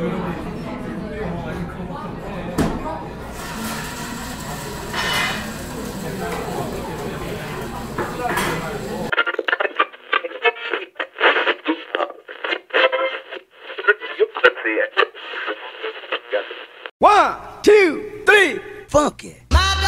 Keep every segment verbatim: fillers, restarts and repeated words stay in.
One, two, three, funk it.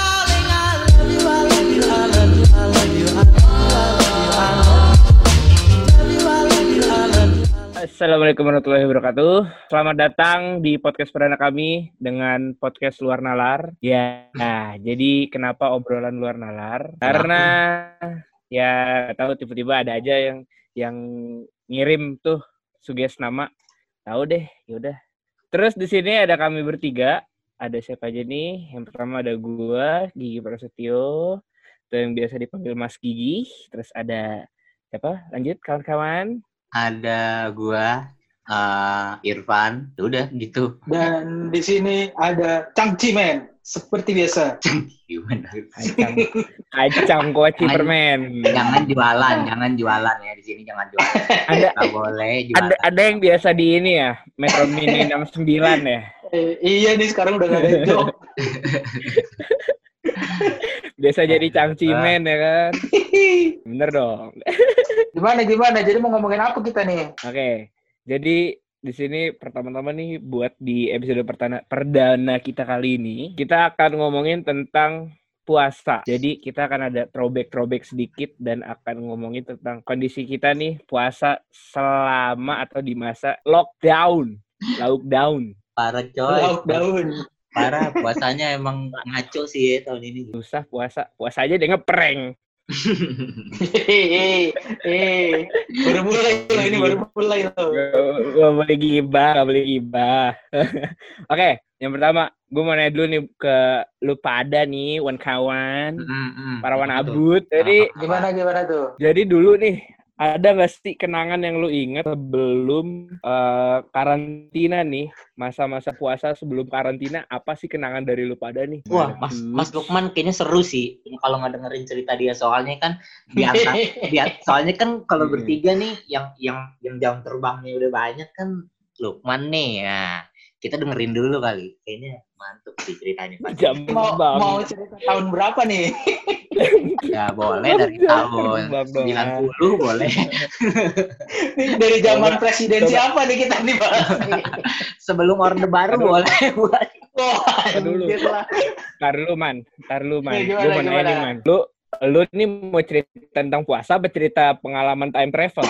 Assalamualaikum warahmatullahi wabarakatuh. Selamat datang di podcast perdana kami dengan podcast Luar Nalar. Ya, nah, jadi kenapa obrolan luar nalar? Karena ya tahu tiba-tiba ada aja yang yang ngirim tuh suges nama. Tahu deh, yaudah. Terus di sini ada kami bertiga. Ada siapa aja nih? Yang pertama ada gua, Gigi Prasetyo, atau yang biasa dipanggil Mas Gigi. Terus ada siapa? Lanjut kawan-kawan. Ada gua, uh, Irfan, udah gitu. Dan di sini ada Chang Cimen, seperti biasa. Gimana? Kacang, kacang kuaci permen. Jangan jualan, jangan jualan ya di sini, jangan jualan. Ada, nggak boleh jualan. ada, ada yang biasa di ini ya, Metro Mini enam puluh sembilan ya. Eh, iya nih sekarang udah gak ada job. Biasa jadi cangcimen ya kan. Bener dong. Gimana gimana? Jadi mau ngomongin apa kita nih? Oke. Jadi di sini pertama-tama nih buat di episode pertana, perdana kita kali ini, kita akan ngomongin tentang puasa. Jadi kita akan ada throwback-throwback sedikit dan akan ngomongin tentang kondisi kita nih puasa selama atau di masa lockdown. Lockdown. Parah coy. Lockdown. Parah, puasanya emang ngaco sih ya tahun ini. Susah puasa. Puasa aja dia ngeprank. Eh, eh, baru mulai loh ini, baru mulai loh. Gak boleh gibah, gak boleh gibah. Oke, yang pertama, gue mau nanya dulu nih ke lu pada nih, wan-kawan, Mm, mm, para wan betul. abut. Jadi, Gimana gimana tuh? jadi dulu nih, ada nggak sih kenangan yang lu inget sebelum uh, karantina nih, masa-masa puasa sebelum karantina, apa sih kenangan dari lu pada nih? Wah, Gimana? Mas Mas Lukman kayaknya seru sih kalau nggak dengerin cerita dia, soalnya kan di antara dia, soalnya kan kalau Hmm. bertiga nih yang yang yang jam terbangnya udah banyak kan Lukman nih ya. Kita dengerin dulu kali. Kayaknya mantap sih ceritanya Pak. Jam Mau terbang. mau cerita tahun berapa nih? Ya boleh dari tahun terbang dong, sembilan puluh boleh. Nih, dari zaman Coba, presiden coba. siapa nih kita nih bahas nih? Sebelum Orde Baru Aduh. boleh buat. Wah, Dulu. anjir lah. Tar lu man, tar lu man. Ya, gimana, Gue mau nanya gimana? nih man. Lu, lu nih mau cerita tentang puasa apa cerita pengalaman time travel?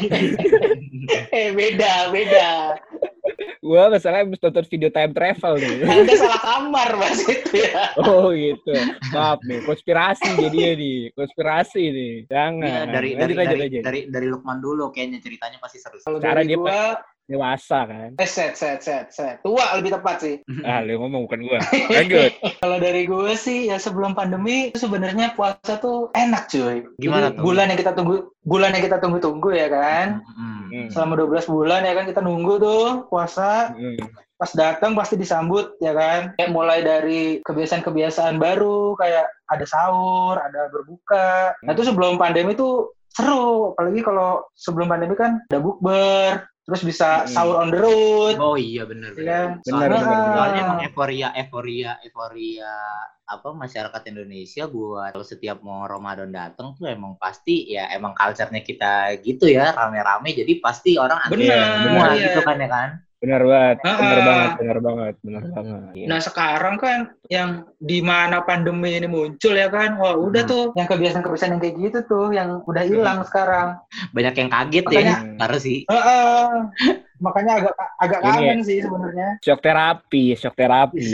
Eh beda beda. Gue masalahnya habis nonton video time travel nih. Anda salah kamar mas itu ya. Oh gitu. Maaf nih, konspirasi jadinya nih. Konspirasi nih. Jangan. Iya, dari dari Lanjut, lanjut, dari, lanjut. dari dari Lukman dulu kayaknya ceritanya pasti seru. Kalau Cara dari dia gua, Dewasa kan. eh set set set set. Tua lebih tepat sih. Ah, lu ngomong bukan gue. Lanjut. Kalau dari gue sih ya sebelum pandemi itu sebenarnya puasa tuh enak cuy. Gimana Jadi, tuh? bulan yang kita tunggu, bulan yang kita tunggu-tunggu ya kan. Hmm. Hmm. Selama dua belas bulan ya kan kita nunggu tuh puasa. Hmm. Pas datang pasti disambut ya kan. Kayak mulai dari kebiasaan-kebiasaan baru kayak ada sahur, ada berbuka. Nah itu sebelum pandemi tuh seru. Apalagi kalau sebelum pandemi kan ada bukber. Terus bisa Hmm. sahur on the road. Oh iya benar Iya. benar. Benar, Soalnya, benar, benar. soalnya emang euforia euforia euforia apa masyarakat Indonesia buat kalau setiap mau Ramadan datang tuh emang pasti ya emang culture-nya kita gitu ya, rame-rame, jadi pasti orang antusias Benar, semua iya. gitu kan ya kan. Benar banget. Benar Ah. banget. Benar banget. Benar banget. Iya. Nah sekarang kan yang di mana pandemi ini muncul ya kan, wah udah Hmm. tuh yang kebiasaan-kebiasaan yang kayak gitu tuh yang udah hilang sekarang. Banyak yang kaget Makanya- ya, baru sih. Heeh. Makanya agak agak Ini kangen sih sebenarnya. Shock terapi, shock terapi.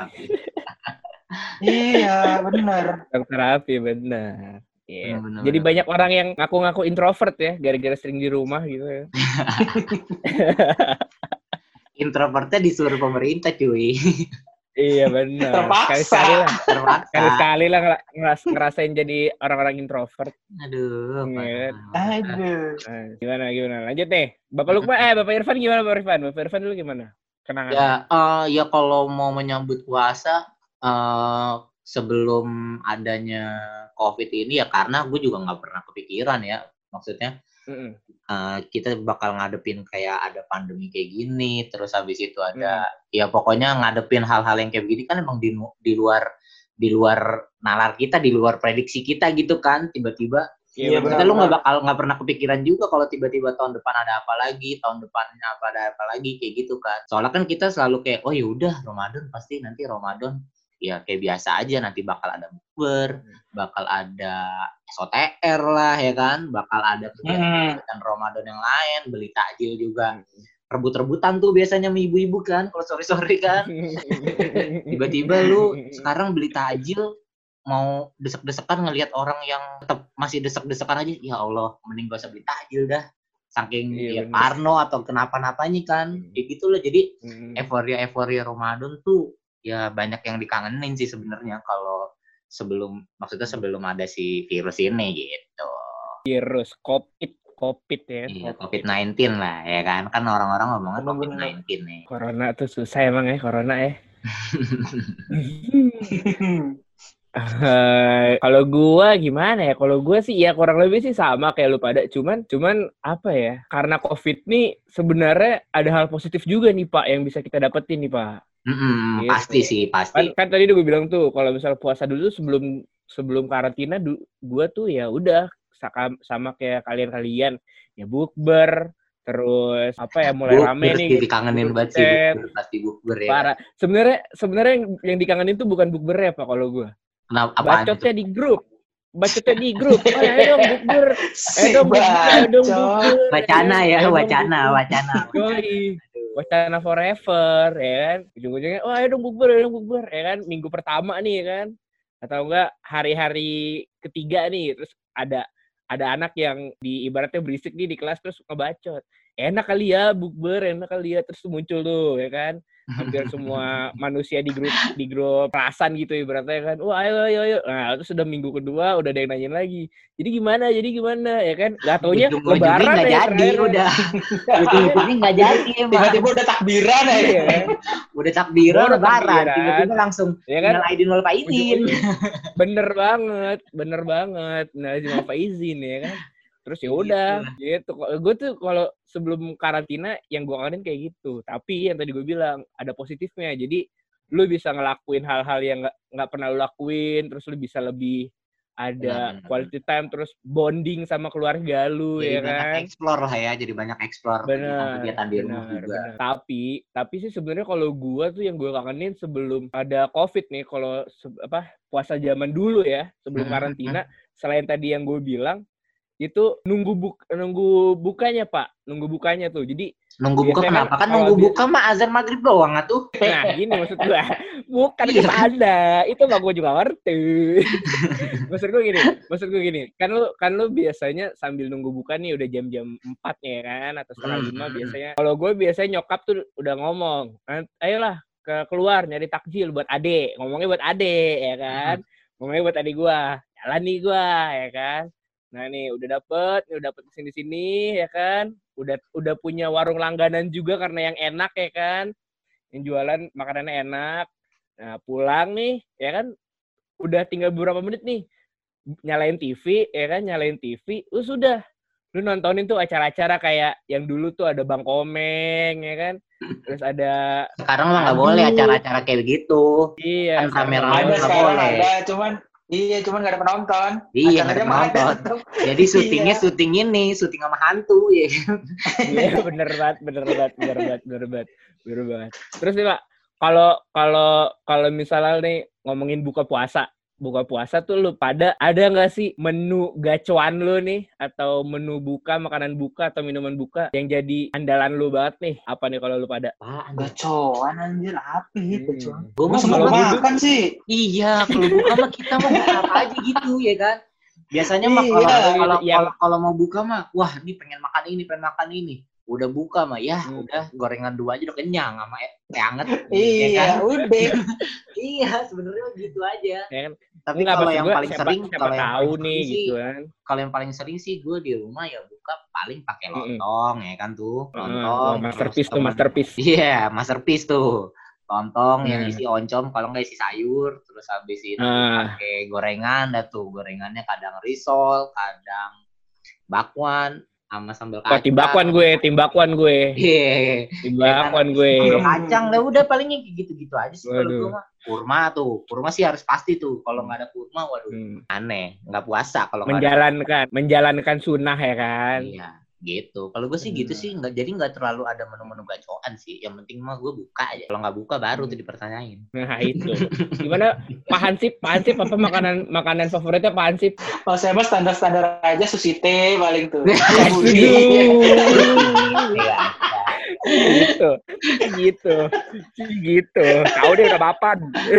Iya benar. Shock terapi benar. Iya. Benar, benar, Jadi benar. banyak orang yang ngaku-ngaku introvert ya, gara-gara sering di rumah gitu ya. Introvertnya disuruh pemerintah cuy. Iya benar. Terpaksa. Sekali-sekali lah. Terpaksa. Sekali-sekali lah ngera- ngeras- ngerasain jadi orang-orang introvert. Aduh. Iya. parah. Aduh. Nah, gimana gimana? Lanjut nih. Bapak Lukman, eh Bapak Irfan gimana Bapak Irfan? Bapak Irfan dulu gimana? Kenangan. Ya, eh, ya kalau mau menyambut puasa eh, sebelum adanya COVID ini ya karena gue juga nggak pernah kepikiran ya, maksudnya Mm-mm. Uh, kita bakal ngadepin kayak ada pandemi kayak gini, terus habis itu ada mm. ya pokoknya ngadepin hal-hal yang kayak begini kan emang di, di luar di luar nalar kita, di luar prediksi kita gitu kan, tiba-tiba iya, kita lu nggak bakal nggak pernah kepikiran juga kalau tiba-tiba tahun depan ada apa lagi, tahun depannya apa ada apa lagi kayak gitu kan. Soalnya kan kita selalu kayak oh yaudah Ramadan pasti nanti Ramadan ya kayak biasa aja, nanti bakal ada bukber, bakal ada S O T R lah ya kan, bakal ada kegiatan Ramadan yang lain, beli takjil juga, rebut-rebutan tuh biasanya sama ibu-ibu kan, kalau sore-sore kan, tiba-tiba lu sekarang beli takjil mau desek-desekan ngelihat orang yang tetap masih desek-desekan aja, ya Allah, mending gak usah beli takjil dah, saking iya, ya parno atau kenapa-napanya kan, kayak gitu loh. Jadi hmm. euforia-euforia Ramadan tuh ya banyak yang dikangenin sih sebenarnya kalau sebelum maksudnya sebelum ada si virus ini gitu. Virus COVID, COVID ya. Iya, covid sembilan belas lah ya kan. Kan orang-orang ngomongnya covid sembilan belas nih. Corona tuh susah emang ya, corona ya. Uh, kalau gua gimana ya? Kalau gua sih ya kurang lebih sih sama kayak lu pada. Cuman cuman apa ya? Karena COVID nih sebenarnya ada hal positif juga nih Pak yang bisa kita dapetin nih Pak. Mm-hmm, gitu. Pasti sih, pasti. Kan, kan tadi gue bilang tuh kalau misal puasa dulu sebelum sebelum karantina du, gue tuh ya udah sama, sama kayak kalian-kalian ya bukber terus apa ya mulai bukber rame nih gitu. Dikangenin banget sih bukber, pasti bukber ya. Parah. Sebenarnya sebenarnya yang, yang dikangenin tuh bukan bukbernya Pak kalau gue. Bacotnya di grup. Bacotnya di grup. Oh, ayo dong bukber. Ayo dong bukber, ayo dong bukber. Wacana ya, wacana, wacana. Yoi. Wacana forever, ya kan? Ujung-ujungnya, oh ayo dong bukber, ayo dong bukber, ya kan? Minggu pertama nih, ya kan? Atau enggak hari-hari ketiga nih, terus ada ada anak yang di ibaratnya berisik nih di kelas terus ngebacot. Enak kali ya bukber, enak kali ya, terus muncul tuh, ya kan? Hampir semua manusia di grup di grup kelasan gitu ibaratnya kan. Wah, ayo ayo ayo. Nah, terus udah minggu kedua udah ada yang nanyain lagi. Jadi gimana? Jadi gimana? Ya kan? Enggak taunya lebaran enggak ya, jadi udah. Ujung-ujungnya enggak jadi emang. Tiba-tiba udah takbiran ya. Ya. Udah takbiran lebaran, tiba-tiba langsung ya kan? Minal aidin wal faizin. Bener banget, bener banget. Minal aidin wal faizin ya kan. Terus ya udah gitu. Gue tuh kalau sebelum karantina yang gue kangenin kayak gitu. Tapi yang tadi gue bilang ada positifnya. Jadi lu bisa ngelakuin hal-hal yang nggak nggak pernah lu lakuin. Terus lu bisa lebih ada benar, quality benar. time. Terus bonding sama keluarga lu jadi ya kan. Banyak explore lah ya. Jadi banyak explore kegiatan di rumah juga. Bener. Tapi tapi sih sebenarnya kalau gue tuh yang gue kangenin sebelum ada COVID nih. Kalau apa puasa zaman dulu ya sebelum karantina. Selain tadi yang gue bilang. Itu nunggu buk nunggu bukanya Pak, nunggu bukanya tuh. Jadi nunggu buka kenapa? Kan, kan nunggu dia... buka mah azan maghrib doang atuh. Nah, gini maksud gua. Bukan ke sana. Itu mah gua juga ngerti. maksud gua gini, maksud gua gini. Kan lu kan lu biasanya sambil nunggu buka nih udah jam-jam empat ya kan atau setengah lima hmm. biasanya. Kalau gua biasanya nyokap tuh udah ngomong, "Ayolah ke keluar nyari takjil buat adek." Ngomongnya buat adek ya kan. Hmm. Ngomongnya buat adik gua. Jalan nih gua ya kan. Nah nih udah dapet, udah dapet kesini-sini ya kan, udah udah punya warung langganan juga karena yang enak ya kan, yang jualan makanannya enak. Nah pulang nih ya kan, udah tinggal beberapa menit nih, nyalain T V ya kan, nyalain T V, lu sudah, lu nontonin tuh acara-acara kayak yang dulu tuh ada Bang Komeng ya kan, terus ada. Sekarang mah nggak boleh acara-acara kayak begitu. Iya. Kan rame-rame nggak boleh. Ada, cuman iya, cuman nggak ada penonton. Iya, nggak ada penonton. Jadi syutingnya iya. syuting ini, syuting sama hantu ya. Iya, bener banget, bener banget, bener banget, bener banget, bener banget. Terus nih Pak, kalau kalau kalau misalnya nih ngomongin buka puasa, buka puasa tuh lu pada ada nggak sih menu gacuan lu nih atau menu buka, makanan buka atau minuman buka yang jadi andalan lu banget nih? Apa nih kalau lu pada? Ah, gacuan anjir apa itu, Cuan? Gue mau sebelum makan sih. Iya, kalau buka mah kita mau buka apa aja gitu ya kan. Biasanya mah kalau kalau kalau kalau mau buka mah, wah ini pengen makan ini, pengen makan ini. Udah buka mah ya, hmm. udah gorengan dua aja udah kenyang sama teh hangat. Iya, ya kan? Udah. Iya, sebenarnya gitu aja. Ya kan? Tapi nggak, kalau yang gue, paling siapa, sering, siapa kalau yang tahu paling nih sih, gitu kan. Kalau yang paling sering sih gue di rumah ya buka paling pakai lontong mm-hmm. ya kan tuh, lontong. Mm, masterpiece tuh, masterpiece. Iya, yeah, masterpiece tuh. Lontong mm. yang isi oncom, kalau nggak isi sayur, terus habis itu uh. pakai gorengan, dah tuh gorengannya kadang risol, kadang bakwan, sama sambal Oh, kacang. timbakuan gue, timbakuan gue. Iya. Timbakuan gue. Sambal kacang lah udah palingnya kayak gitu-gitu aja sih kalau Waduh. gue mah. Kurma tuh, kurma sih harus pasti tuh. Kalau nggak ada kurma, waduh Hmm. aneh, nggak puasa kalau nggak ada. Menjalankan, menjalankan sunnah ya kan. Iya, gitu. Kalau gue sih gitu sih, nggak jadi nggak terlalu ada menu-menu gacoan sih. Yang penting mah gue buka aja. Kalau nggak buka baru tuh dipertanyain. Nah itu. Gimana Pak Hansip? Pak Hansip apa makanan makanan favoritnya Pak Hansip? Kalau saya mah standar-standar aja sushi teh paling tuh. Iya. gitu, gitu, gitu. Kau dia udah mapan.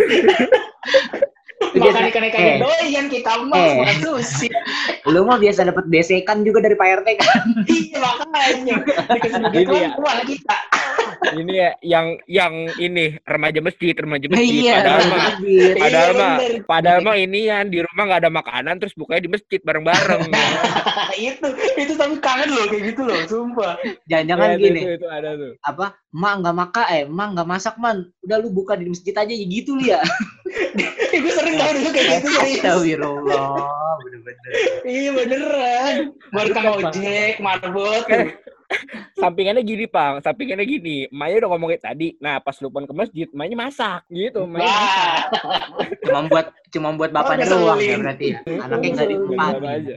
Makan ikan-ikan Eh. doyan kita mah Eh. bukan sushi. Lu mah biasa dapat besekan juga dari Pak R T kan? Iya makanya. Dikasih Ini begitu ya. kan malah kita. Ini ya yang yang ini remaja masjid, remaja masjid. Iya, Padahal mah, bener. padahal Iya, mah, bener. padahal mah ini yang di rumah nggak ada makanan, terus bukanya di masjid bareng-bareng. itu itu tapi kangen loh kayak gitu loh, sumpah. Jangan-jangan Ya, itu, gini, itu, itu ada tuh. apa? Mak nggak makan, eh, mak nggak masak man. Udah lu buka di masjid aja ya gitu lu ya. Gue sering tau dulu kayak gitu serius. Astagfirullah, bener-bener. Iya beneran. Baru kang ojek, marbot. Sampingannya gini, Pang. Sampingannya gini. Maya udah ngomongin tadi. Nah, pas lu pun ke masjid, Maya masak gitu. Maya masak. Wah. Cuma buat cuma buat bapaknya Oh, doang ya ngeselin. berarti ya. Anaknya nggak Sama ditempatin. aja.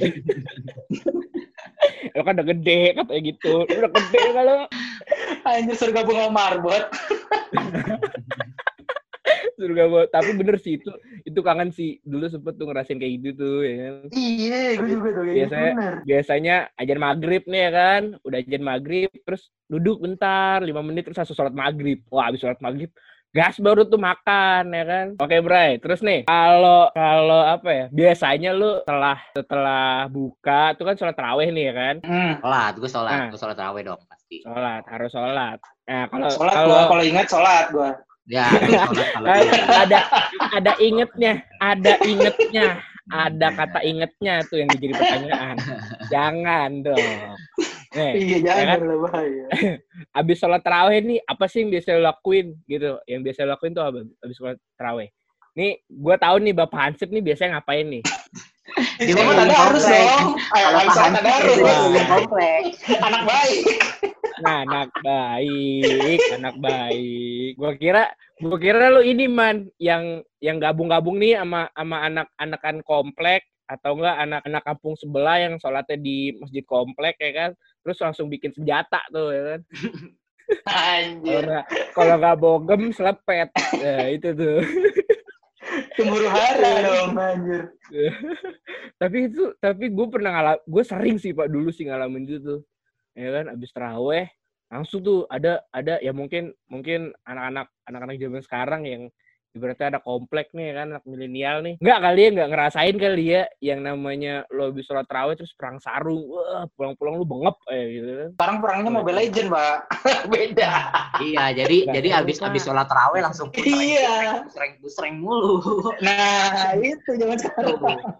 Lo kan udah gede katanya gitu. Lu udah gede kalau Anjir suruh gabung sama marbot. surga gua. Tapi bener sih itu itu kangen sih. Dulu sempet tuh ngerasain kayak gitu tuh ya kan. Iya, gue juga tuh kayak gitu Biasanya bener. biasanya ajan maghrib nih ya kan. Udah ajan maghrib terus duduk bentar lima menit terus langsung sholat maghrib. Wah, habis sholat maghrib gas baru tuh makan ya kan. Oke, Bray. Terus nih, kalau kalau apa ya? Biasanya lu setelah setelah buka tuh kan sholat tarawih nih ya kan. Hmm. Sholat, gue sholat, Nah. gue sholat tarawih dong pasti. Sholat, harus sholat. Nah, kalau Sholat kalau gua kalau ingat sholat gua. Ya, sholat kalau ada, gitu. ada ada ingetnya, ada ingetnya, ada kata ingetnya tuh yang jadi pertanyaan. Jangan dong. Nih, Iya ya kan? jangan lah bahaya. Abis sholat tarawih nih, apa sih yang biasa lo lakuin gitu? Yang biasa lo lakuin tuh apa? Abis sholat tarawih. Nih, gue tahu nih Bapak Hansip nih biasanya ngapain nih? Di Dia rumah mah tanda harus komplek. dong. Ayo Kalau habis sholat paham tanda sih harus. dia keliling komplek. Anak baik. Nah, anak baik, anak baik. Gua kira, gua kira lu ini man, yang yang gabung-gabung nih sama sama anak-anakan komplek atau enggak anak-anak kampung sebelah yang sholatnya di masjid komplek ya kan, terus langsung bikin senjata tuh ya kan. Kalau Anjir. nggak kalau nggak bogem selepet, ya itu tuh. Cemburu hara dong anjir. Tapi itu, tapi gue pernah ngalah, gue sering sih Pak dulu sih ngalamin itu tuh. Ya kan abis taraweh langsung tuh ada ada ya mungkin mungkin anak-anak anak-anak zaman sekarang yang ibaratnya ada komplek nih kan anak milenial nih nggak kali ya nggak ngerasain kali ya yang namanya lo habis sholat taraweh terus perang sarung wah pulang-pulang lu bengep eh gitu kan. Sekarang perangnya Mobile Legend, Pak. Beda. Iya, jadi Nggak jadi tahu, abis Pak. abis sholat tarawih langsung Iya. busreng busreng mulu. Nah, itu zaman sekarang.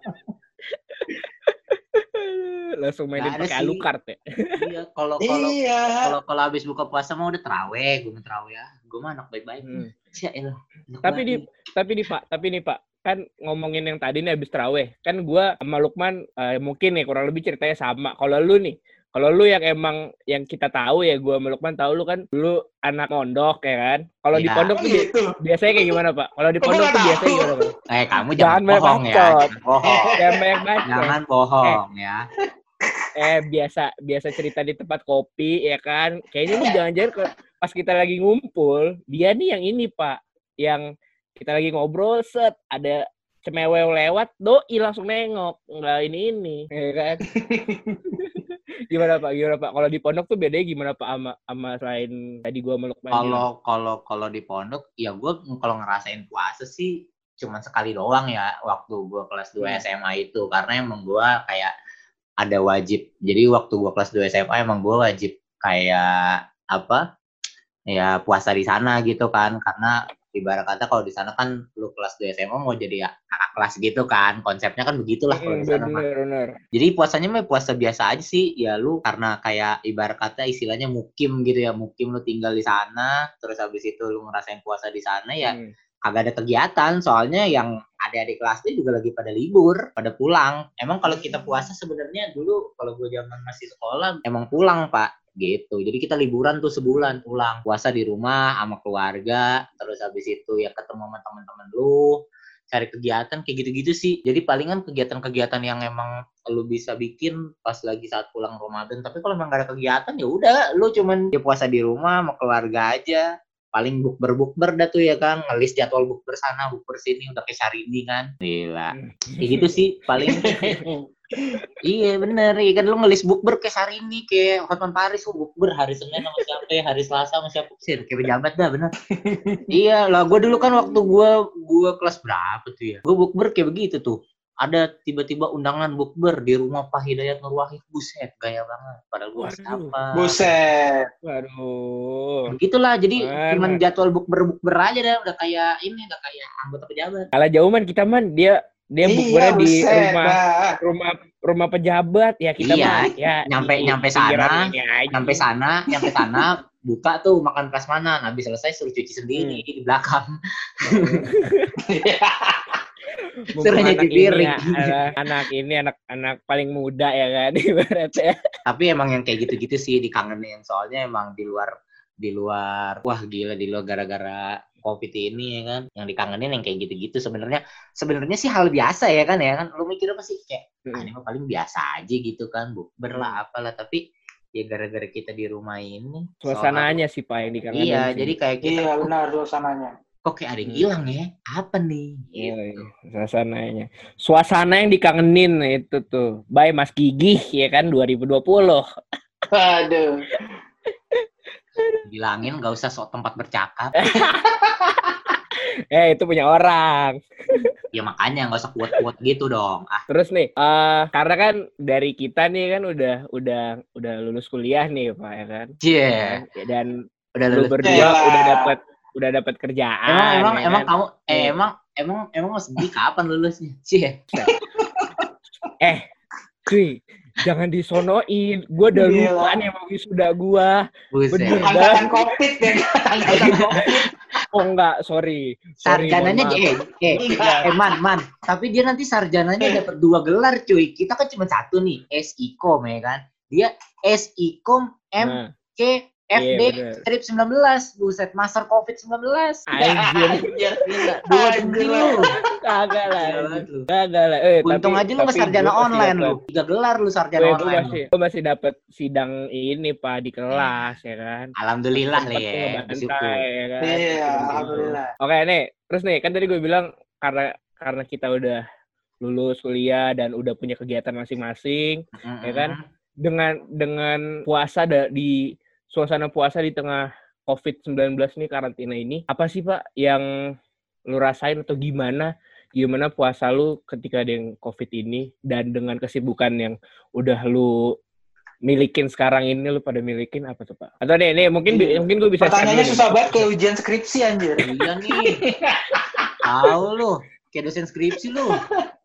Langsung mainin Nggak ada pakai sih. alucard ya. Iya, kalau kalau Iya. kalau kalau habis buka puasa mah udah taraweh, gue mau taraweh ya. Gue mah anak baik-baik. Hmm. Ya elah. enak Tapi banget di nih. tapi nih Pak, tapi nih Pak, kan ngomongin yang tadi nih habis taraweh. Kan gua sama Lukman eh, mungkin nih kurang lebih ceritanya sama. Kalau lu nih, kalau lu yang emang yang kita tahu ya gua sama Lukman tahu lu kan dulu anak mondok ya kan. Kalau di Iya. pondok tuh bi- Gitu. biasanya kayak gimana, Pak? Kalau di Kok pondok gua tuh nggak biasanya tahu? gimana, Pak? Eh, kamu Jangan jangan banyak bohong ya. bacot. Jangan bohong. Jangan banyak baca. Jangan bohong ya. Eh biasa biasa cerita di tempat kopi ya kan. Kayaknya lu jangan-jangan ke- pas kita lagi ngumpul, dia nih yang ini, Pak. Yang kita lagi ngobrol set ada cemewew lewat, doi langsung nengok, nggak ini ini, ya kan? Gimana Pak? Gimana Pak? Kalau di pondok tuh bedanya gimana Pak sama sama selain tadi gua meluk Kalau kalau kalau di pondok ya gue kalau ngerasain puasa sih cuman sekali doang ya waktu gue kelas dua Hmm. S M A itu karena emang gue kayak ada wajib. Jadi waktu gue kelas dua S M A emang gue wajib kayak apa? Ya puasa di sana gitu kan karena ibarat kata kalau di sana kan lu kelas dua S M A mau jadi kakak kelas gitu kan. Konsepnya kan begitulah kalau di sana mah. bener-bener. Jadi puasanya mah puasa biasa aja sih. Ya lu karena kayak ibarat kata istilahnya mukim gitu ya. Mukim lu tinggal di sana. Terus habis itu lu ngerasain puasa di sana ya. Hmm. kagak ada kegiatan, soalnya yang adik-adik kelasnya juga lagi pada libur, pada pulang. Emang kalau kita puasa sebenarnya dulu kalau gue zaman masih sekolah emang pulang Pak gitu. Jadi kita liburan tuh sebulan pulang, puasa di rumah sama keluarga, terus habis itu ya ketemu sama teman-teman lu, cari kegiatan kayak gitu-gitu sih. Jadi palingan kegiatan-kegiatan yang emang lu bisa bikin pas lagi saat pulang Ramadan. Tapi kalau emang gak ada kegiatan ya udah, lu cuman ya puasa di rumah sama keluarga aja. Paling bukber-bukber dah tuh ya kan, ngelis jadwal bukber sana, bukber sini, udah kayak Syahrini kan. Gila. Kayak gitu sih paling. Iya bener, iya kan lu ngelis bukber kayak Syahrini, kayak Hotman Paris, oh bukber hari Senin sama siapa ya, hari Selasa sama siapa sih, kayak pejabat dah bener. Iya lah, gue dulu kan waktu gue gue kelas berapa tuh ya, gue bukber kayak begitu tuh. Ada tiba-tiba undangan bukber di rumah Pak Hidayat Nur Wahid, buset gaya banget. Padahal gue siapa? Buset. Waduh. Begitulah, jadi Mana? cuman jadwal bukber-bukber aja dah, udah kayak ini, udah kayak anggota pejabat. Kalah jauh man kita man, dia dia bukbernya Iya, di buset, rumah dah. rumah rumah pejabat ya kita Iya, mah ya nyampe di nyampe pinggiran sana, ini aja. nyampe sana, nyampe sana, buka tuh makan prasmanan, habis selesai suruh cuci sendiri Hmm. di belakang. Mumpung Suruh anak nyuci ini piring. ya, anak, anak ini anak anak paling muda ya kan ibaratnya. Tapi emang yang kayak gitu-gitu sih dikangenin, soalnya emang di luar di luar wah gila di luar gara-gara Covid ini ya kan, yang dikangenin yang kayak gitu-gitu. Sebenarnya sebenarnya sih hal biasa ya kan ya kan, lu mikir apa sih kayak ah, ini mah paling biasa aja gitu kan, bukber lah apalah, tapi ya gara-gara kita di rumah ini Suasananya sih Pak yang soal- dikangenin. iya sih. jadi kayak kita Iya kok, benar suasananya. kok kayak ada yang Hmm. hilang ya, apa nih Oh, gitu. iya. Suasananya. Suasana yang dikangenin itu tuh. By Mas Gigih ya kan dua ribu dua puluh. Aduh. Bilangin gak usah sok tempat bercakap. Eh itu punya orang. Ya makanya gak usah kuat-kuat gitu dong. Ah, Terus nih, eh karena kan dari kita nih kan udah udah udah lulus kuliah nih Pak ya kan. yeah. Dan Udah lu lulus. berdua Yalah. udah dapat udah dapat kerjaan. Emang emang ya emang kan? kamu eh Iya. emang emang emang Mas Di kapan lulusnya? Cie. Eh, cuy, jangan disonoin. Gua udah Gila. lupa nih sama wisuda gua. Buset. Bener. Angkatan Covid ya. Angkatan Covid. Oh enggak, sorry. Sorry, Sarjananya mohon eh maaf. eh, eh man man, tapi dia nanti sarjananya dapat dua gelar cuy. Kita kan cuma satu nih, S I K O M ya kan. Dia S I K O M M Nah, C F D iya, bener. strip sembilan belas. Buset, master covid sembilan belas. anjir. Gila, dua demi lu. Kagak lah. Gila banget lu. Kagak lah. Eh, Untung tapi- aja lu nggak tapi sarjana gua masih online lu. dapet- Tiga gelar lu sarjana Gue, gue online. masih, gue masih dapat sidang ini Pak di kelas ya kan. Alhamdulillah lah Sempet ya, tuh bersyukur. ngebantai, ya kan. Iya, alhamdulillah. Oke nih, terus nih kan tadi gue bilang karena karena kita udah lulus kuliah dan udah punya kegiatan masing-masing, ya kan? Dengan dengan puasa da, di suasana puasa di tengah covid sembilan belas nih, karantina ini, apa sih Pak yang lu rasain atau gimana? Gimana puasa lu ketika ada yang Covid ini dan dengan kesibukan yang udah lu milikin sekarang ini, lu pada milikin apa tuh Pak? Atau nih, nih mungkin Iya. mungkin gue bisa Pertanyaannya share dulu susah nih. banget kayak ujian skripsi anjir. Iya nih. Tahu lu, kayak dosen skripsi lu.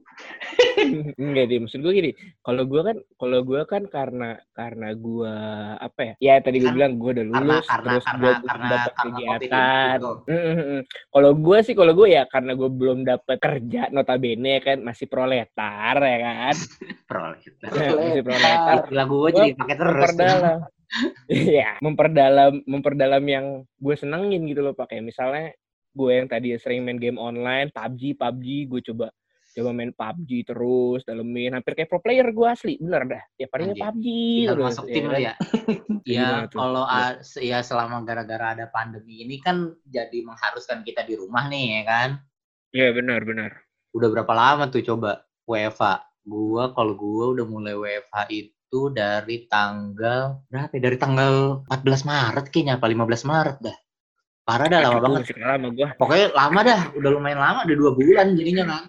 Enggak deh, maksud gue gini, kalau gue kan kalau gue kan karena karena gue apa ya? Ya tadi gue Kan bilang gue udah karena lulus, karena terus karena gue karena dapat karena Covid ini kegiatan. gitu. Mm, mm, mm. Kalau gue sih, kalau gue ya karena gue belum dapat kerja, notabene kan masih proletar ya kan, Proletar. masih proletar. Gila gue jadi pakai terus. Memperdalam, iya, memperdalam, memperdalam yang gue senengin gitu loh pakai. Misalnya gue yang tadi sering main game online, P U B G, P U B G, gue coba coba main P U B G terus, dalemin, hampir kayak pro player gue asli, bener dah. Tiap harinya P Anjir. U B G Tinggal terus. masuk tim ya lu kan. ya. Gimana Ya tuh? kalau Iya. a- se- ya selama gara-gara ada pandemi ini kan jadi mengharuskan kita di rumah nih ya kan. Iya benar benar. Udah berapa lama tuh coba W F H? Gua kalau gua udah mulai W F H itu dari tanggal berapa? ya? Dari tanggal empat belas Maret kayaknya, apa lima belas Maret dah. Parah dah, lama Aduh, banget. masih lama gue. Pokoknya lama dah, udah lumayan lama, udah dua bulan jadinya kan.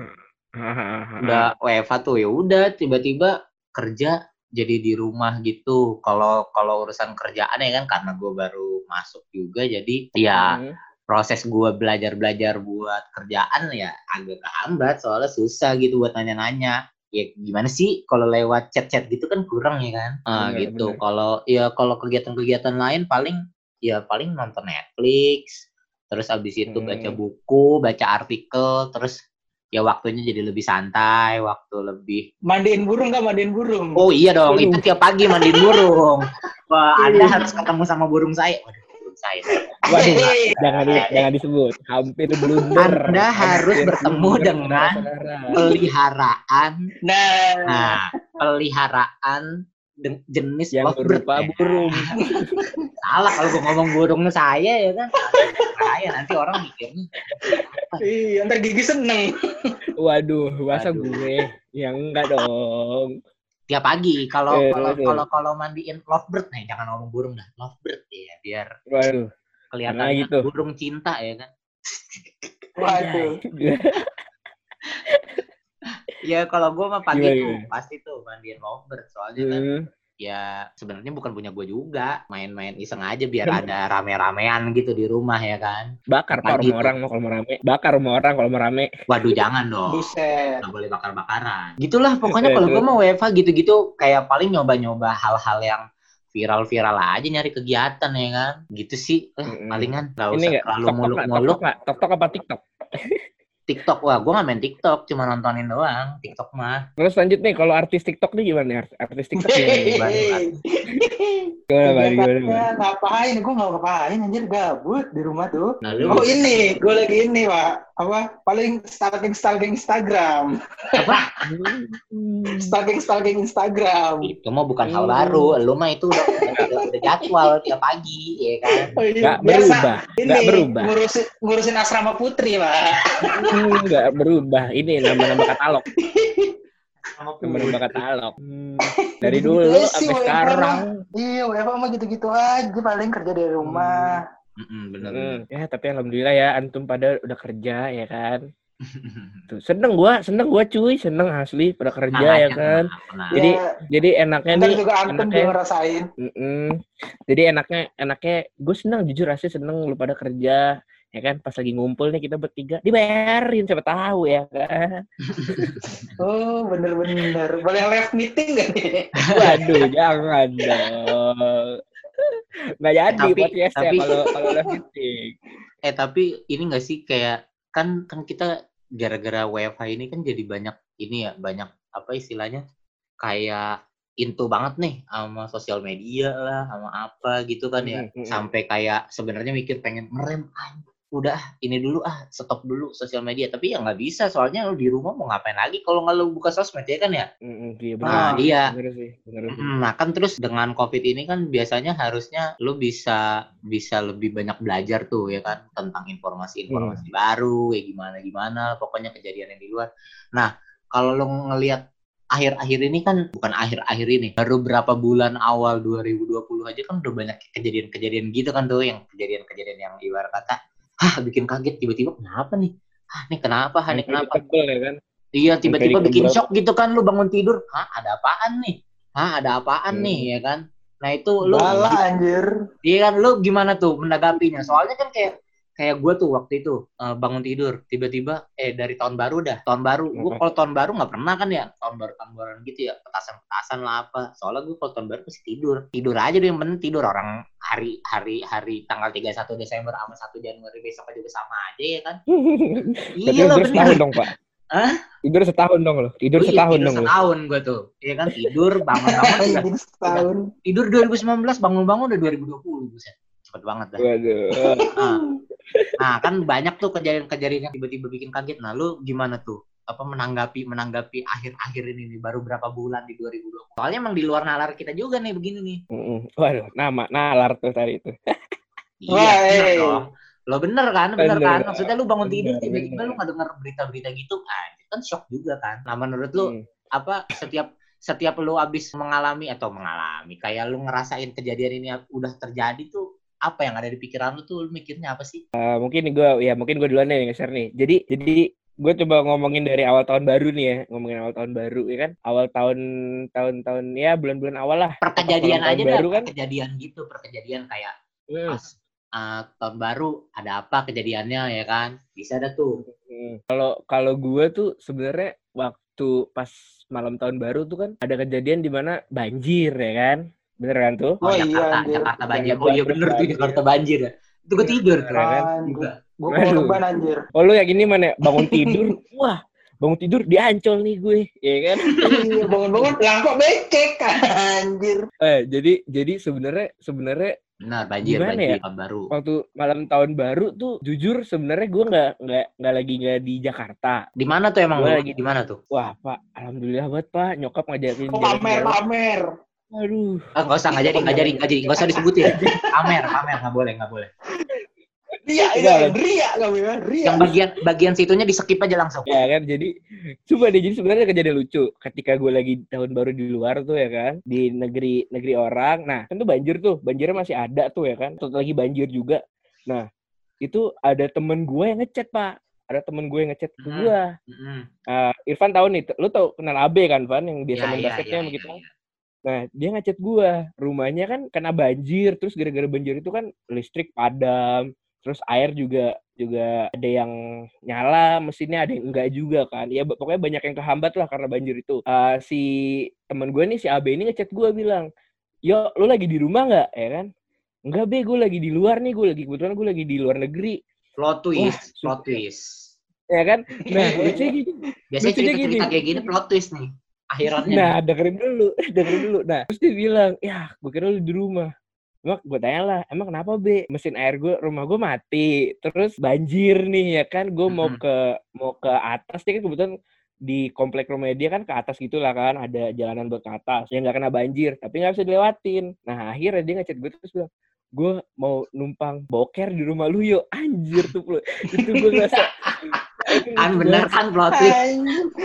Udah W F H tuh ya udah tiba-tiba kerja jadi di rumah gitu. Kalau kalau urusan kerjaan ya kan karena gue baru masuk juga, jadi ya Hmm. proses gue belajar-belajar buat kerjaan ya agak kehambat soalnya susah gitu buat nanya-nanya. Ya gimana sih kalau lewat chat-chat gitu kan kurang ya kan. Ah Bener, gitu. bener. Kalau ya kalau kegiatan-kegiatan lain paling ya paling nonton Netflix, terus abis itu Hmm. baca buku, baca artikel, terus ya waktunya jadi lebih santai, waktu lebih. Mandiin burung nggak mandiin burung? Oh iya dong, Waduh. itu tiap pagi mandiin burung. Wah, Anda Iya. harus ketemu sama burung saya. Waduh, burung saya. Waduh, jangan di, jangan disebut. Hampir blunder. Anda harus Hampir bertemu blunder, dengan saudara-saudara. peliharaan. Nah, Nah, peliharaan de- jenis Yang lovebird. berupa ya. burung. Salah kalau gue ngomong burung saya ya kan. Bahaya nanti orang mikirnya. iya, ntar gigi seneng. Waduh, masa Waduh. gue? Yang enggak dong. Tiap pagi kalau Eh, kalau betul. kalau kalau mandiin lovebird nih, jangan ngomong burung dah. Lovebird ya, biar Waduh. kelihatannya gitu. burung cinta ya kan. Waduh. Ya kalau gue mah pagi Gimana, tuh gimana? pasti tuh mandiin lovebird, soalnya kan Hmm. ya sebenarnya bukan punya gue juga, main-main iseng aja biar ada rame-ramean gitu di rumah ya kan. Bakar pak Pagi rumah tuh. orang mau kalau mau rame. Bakar rumah orang kalau mau rame. Waduh jangan dong. Buset. Nggak boleh bakar-bakaran. Gitulah pokoknya Eh, kalau gue terus? mau W F H gitu-gitu kayak paling nyoba-nyoba hal-hal yang viral-viral aja, nyari kegiatan ya kan. Gitu sih. Eh, Mm-mm. palingan nggak Ini usah nggak? terlalu Tok-tok nggak? muluk-muluk. Tok-tok nggak? Tok-tok apa TikTok? TikTok, wah gue nggak main TikTok, cuma nontonin doang. TikTok mah. Terus lanjut nih, kalau artis TikTok nih gimana? Art- Artis TikTok gimana? Gimana, Hehehe. Gimana, Bang? Gimana, Bang? Kegiatannya ngapain? Gue nggak ngapain anjir, gabut di rumah tuh. Lalu Oh ini, gue lagi ini pak. Apa? Paling stalking stalking Instagram. Hmm. Stalking stalking Instagram. itu mah bukan hal Hmm. baru, lu mah itu udah, udah, udah jadwal tiap pagi, ya kan? Oh, iya. Nggak Biasa berubah. ini Nggak berubah. ngurusin ngurusin asrama putri pak. Hmm, nggak berubah. Ini nambah-nambah katalog. Sama Nambah-nambah putri. katalog. Hmm. Dari Gitu-gitu dulu aja sih, sampai W F H sekarang. mah. Iya, W F H mah gitu-gitu aja, paling kerja dari rumah. Mm-mm, bener. Hmm. Ya, tapi alhamdulillah ya, antum pada udah kerja ya kan. Tuh, seneng gua, seneng gua cuy, seneng asli pada kerja Tenang ya aja, kan. tenang, tenang. Jadi Ya, jadi enaknya ntar nih, juga antum enaknya juga ngerasain. Mm-mm. Jadi enaknya enaknya gue seneng jujur asli seneng lu pada kerja ya kan, pas lagi ngumpul nih kita bertiga dibayarin siapa tahu ya kan. Oh, bener-bener. Boleh live meeting gak nih? Waduh jangan dong. Nggak jadi Tapi- podcastnya tapi- kalau kalau live meeting. Eh tapi ini nggak sih kayak kan kan kita gara-gara W F H ini kan jadi banyak ini ya, banyak apa istilahnya kayak into banget nih sama sosial media lah, sama apa gitu kan ya. Mm-mm, mm-mm. Sampai kayak sebenarnya mikir pengen ngerem, ah, udah ini dulu ah, stop dulu sosial media. Tapi ya nggak bisa, soalnya lu di rumah mau ngapain lagi kalau nggak lu buka sosmed ya kan ya. Mm-mm, iya Nah, benar. iya. Bener sih, bener sih. Mm, Nah kan terus dengan COVID ini kan biasanya harusnya lu bisa bisa lebih banyak belajar tuh ya kan tentang informasi-informasi baru ya gimana gimana pokoknya kejadian yang di luar. Nah kalau lu ngelihat akhir-akhir ini kan bukan akhir-akhir ini baru berapa bulan awal dua ribu dua puluh aja kan udah banyak kejadian-kejadian gitu kan tuh yang kejadian-kejadian yang ibarat kata hah bikin kaget tiba-tiba kenapa nih? Ah nih kenapa? Ah nih kenapa? Tebel ya kan. Iya tiba-tiba Sampai bikin dikebrak. shock gitu kan lu bangun tidur, hah ada apaan nih? Hah ada apaan Hmm. nih ya kan? Nah itu lu, Bala anjir. iya kan lu gimana tuh menanggapinya? Soalnya kan kayak kayak gue tuh waktu itu eh, bangun tidur tiba-tiba eh dari tahun baru dah tahun baru gue Apa? kalau tahun baru nggak pernah kan ya tahun baru tahun baruan gitu ya petasan-petasan lah apa soalnya gue kalau tahun baru pasti tidur tidur aja deh yang penting tidur orang hari hari hari tanggal tiga puluh satu Desember sama satu Januari besok aja udah sama aja ya kan. Berarti Iya lah tidur setahun bener. dong pak. Hah? Tidur setahun dong lo. Tidur Oh iya, setahun tidur dong lo. setahun gue tuh iya kan tidur bangun-bangun udah Anjir setahun. tidur dua ribu sembilan belas bangun-bangun udah dua ribu dua puluh buset cepet banget dah. Waduh. Nah, nah kan banyak tuh kejadian-kejadian yang tiba-tiba bikin kaget. Nah lu gimana tuh apa menanggapi menanggapi akhir-akhir ini nih baru berapa bulan di dua ribu dua puluh soalnya emang di luar nalar kita juga nih begini nih. Mm-mm. Waduh, nama nalar tuh tadi itu. Wah, Iya bener eh. dong. Lo bener kan bener, Bener. kan maksudnya lu bangun tidur Bener, tiba-tiba bener. lu nggak denger berita-berita gitu ah itu kan shock juga kan. Nah menurut lu Hmm. apa setiap setiap lu abis mengalami atau mengalami kayak lu ngerasain kejadian ini udah terjadi tuh apa yang ada di pikiran lu tuh lu mikirnya apa sih? Uh, mungkin gue ya mungkin gue duluan nih nge-share nih. Jadi jadi gue coba ngomongin dari awal tahun baru nih ya, ngomongin awal tahun baru ya kan. Awal tahun tahun-tahun ya bulan-bulan awal lah. Perkejadian Pas tahun aja dah, baru kan. perkejadian gitu, perkejadian kayak Hmm. pas uh, tahun baru ada apa kejadiannya ya kan? Bisa ada tuh. Hmm. Kalau kalau gue tuh sebenarnya waktu pas malam tahun baru tuh kan ada kejadian di mana banjir ya kan. Bener kan tuh? Oh, Oh iya, Jakarta, anjir. Jakarta banjir. Jakarta Oh iya bener tuh banjir. Jakarta banjir ya. Itu gue tidur Bener tuh kan? juga. Gue Aduh. korban anjir. Oh lu yang ini mana? Bangun tidur, wah bangun tidur di Ancol nih gue, ya kan? Iya, bangun-bangun langkok becek anjir. Eh jadi jadi sebenarnya sebenarnya Benar, banjir, gimana banjir, ya? tahun baru. Waktu malam tahun baru tuh jujur sebenarnya gue nggak nggak nggak lagi nggak di Jakarta. Di mana tuh emang Gue lu? lagi Di mana tuh? Wah pak, alhamdulillah banget pak, nyokap ngajakin Oh, jalan-jalan. pamer-pamer. Aduh. Ah, nggak usah, nggak jadi, nggak jadi, nggak jadi, nggak usah disebutin. Pamer, pamer, nggak boleh, nggak boleh. Ria, Enggak, ini ria nggak ya? Ria. Yang bagian bagian situnya di skip aja langsung. Ya kan, jadi coba deh, jadi sebenarnya kejadian lucu ketika gue lagi tahun baru di luar tuh ya kan, di negeri negeri orang. Nah kan tuh banjir tuh, banjirnya masih ada tuh ya kan, terus lagi banjir juga. Nah itu ada temen gue yang ngechat pak, ada temen gue yang ngechat ke Hmm. gue. Mm-hmm. Uh, Irfan tahu nih, lu tau kenal Abe kan Van yang biasa Ya, main ya, basketnya ya, sama ya, kita. ya. Nah dia ngechat gue, rumahnya kan kena banjir, terus gara-gara banjir itu kan listrik padam. Terus air juga juga ada yang nyala, mesinnya ada yang enggak juga kan. Ya pokoknya banyak yang kehambat lah karena banjir itu. Uh, si teman gue nih, si Abe ini ngechat gue bilang, yo lu lagi di rumah nggak? Ya kan? Enggak be, gue lagi di luar nih, gue lagi kebetulan gue lagi di luar negeri. Plot twist, Wah, plot twist. Ya kan? Nah lucunya gini. Biasanya lucunya cerita-cerita gini. kayak gini plot twist nih. Akhirannya. Nah dengerin dulu, dengerin dulu. Nah terus dia bilang, ya gue kira lu di rumah. Emang gue tanya lah, emang kenapa be? Mesin air gue, rumah gue mati, terus banjir nih ya kan, gue mau ke mau ke atas, dia kan kebetulan di komplek rumah dia kan ke atas gitulah kan, ada jalanan buat ke atas, yang nggak kena banjir, tapi nggak bisa dilewatin. Nah akhirnya dia ngechat gue terus bilang, gue mau numpang boker di rumah lu yuk, anjir tuh bro, itu gue ngerasa, kan bener kan plot twist.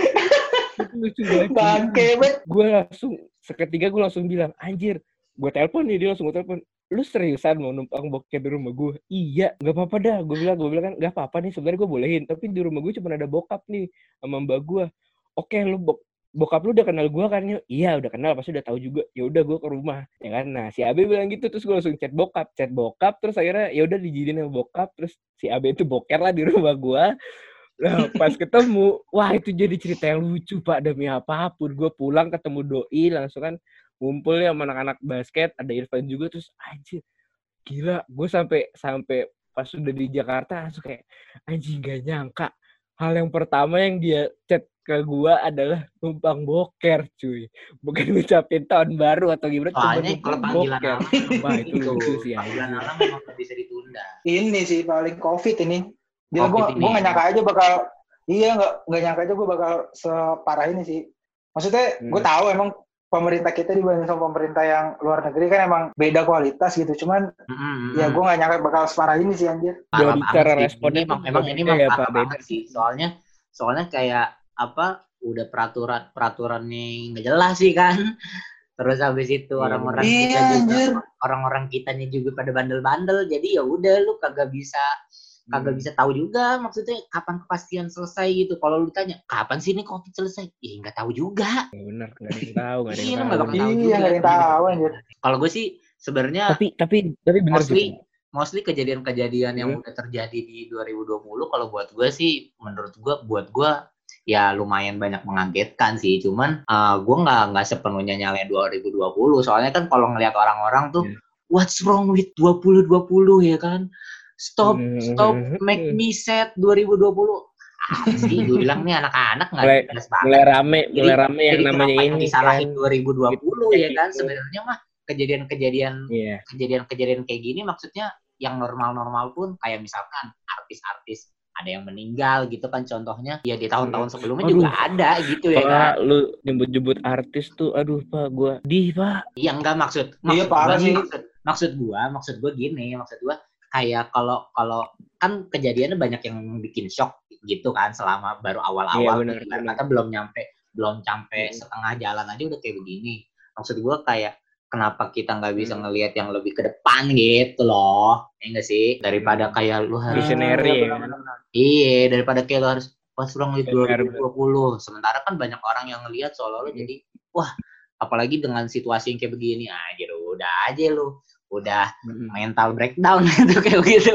Itu lucu banget. Bangke bet. Gue langsung seketika gue langsung bilang, anjir. Gue telepon nih, dia langsung gue telepon. Lu seriusan mau numpang boker di rumah gue? Iya, nggak apa-apa dah. Gue bilang, gue bilang kan nggak apa-apa nih. Sebenarnya gue bolehin, tapi di rumah gue cuma ada bokap nih sama mbak gue. Oke, lu bok bokap lu udah kenal gue kan? Iya, udah kenal. Pasti udah tahu juga. Ya udah, gue ke rumah, ya kan? Nah, si Abe bilang gitu, terus gue langsung chat bokap, chat bokap. Terus akhirnya ya udah dijadiin sama bokap. Terus si Abe itu boker lah di rumah gue. Nah, pas ketemu, wah itu jadi cerita yang lucu pak, demi apapun. Gue pulang ketemu doi, langsung kan ngumpul ya sama anak-anak basket, ada Irfan juga, terus anjir, gila, gue sampai sampai pas udah di Jakarta langsung kayak anjing gak nyangka. Hal yang pertama yang dia chat ke gue adalah numpang boker, cuy. Bukan ngucapin tahun baru atau gimana, soalnya kalau panggilan boker. alam, Wah itu lucu sih. Panggilan alam memang bisa ditunda. Ini sih paling COVID ini. Dia gue COVID ini. gue nggak nyangka aja bakal, iya nggak nggak nyangka aja gue bakal separah ini sih. Maksudnya gue Hmm. tahu emang pemerintah kita dibanding sama pemerintah yang luar negeri kan emang beda kualitas gitu. Cuman Mm-hmm. ya gue nggak nyangka bakal separah ini sih anjir. Dari Parah cara banget sih. responnya Ini emang, tuh emang beda ini memang ya, parah Pak, beda. banget sih. Soalnya soalnya kayak apa? Udah peraturan peraturannya nggak jelas sih kan. Terus habis itu Iya, orang-orang Iya kita juga, anjir. orang-orang kitanya juga pada bandel-bandel. Jadi ya udah lu kagak bisa kagak Hmm. bisa tahu juga maksudnya kapan kepastian selesai gitu. Kalau lu tanya kapan sih ini COVID selesai? Ya nggak tahu juga. Ya benar, nggak ada yang tahu, nggak ada Iya, yang lu tahu. nggak bakal tahu Iya, juga. nggak ada yang tahu, anjir. Kalau gue sih sebenarnya Tapi tapi tapi benar mostly sih. mostly kejadian-kejadian yang Hmm. udah terjadi di dua ribu dua puluh kalau buat gue sih menurut gue buat gue ya lumayan banyak mengagetkan sih. Cuman uh, gue nggak nggak sepenuhnya nyalain dua ribu dua puluh. Soalnya kan kalau ngelihat orang-orang tuh Yeah. what's wrong with dua ribu dua puluh ya kan? Stop, Hmm. stop, make me sad dua ribu dua puluh. Apa sih? Gue bilang nih anak-anak nggak Mulai- jelas banget. mulai rame, Jadi- mulai rame yang Jadi namanya kenapa yang ini disalahin kan. dua ribu dua puluh ya kan? Gitu. Sebenarnya mah kejadian-kejadian Iya. kejadian-kejadian kayak gini maksudnya yang normal-normal pun kayak misalkan artis-artis ada yang meninggal gitu kan contohnya ya di tahun-tahun sebelumnya Aduh. juga ada gitu ya kan. Pak, lu nyebut-nyebut artis tuh, aduh Pak, gua di Pak. Iya enggak maksud Iya, maksud parah gua sih. nih, maksud, maksud gua maksud gua gini maksud gua kayak kalau kalau kan kejadiannya banyak yang bikin shock gitu kan selama baru awal-awal Iya, benar, nih, benar. kata belum nyampe belum sampai Hmm. setengah jalan aja udah kayak begini. Maksud gua kayak kenapa kita nggak bisa Hmm. ngelihat yang lebih ke depan gitu loh, ya enggak sih? Daripada Hmm. kayak lu harus Visionary iya, ya. benar-benar. iya daripada kayak lu harus pas kurang di Benar, dua ribu dua puluh. Sementara kan banyak orang yang ngelihat seolah-olah Hmm. jadi wah apalagi dengan situasi yang kayak begini aja lu udah aja lu udah Hmm. mental breakdown gitu kayak gitu.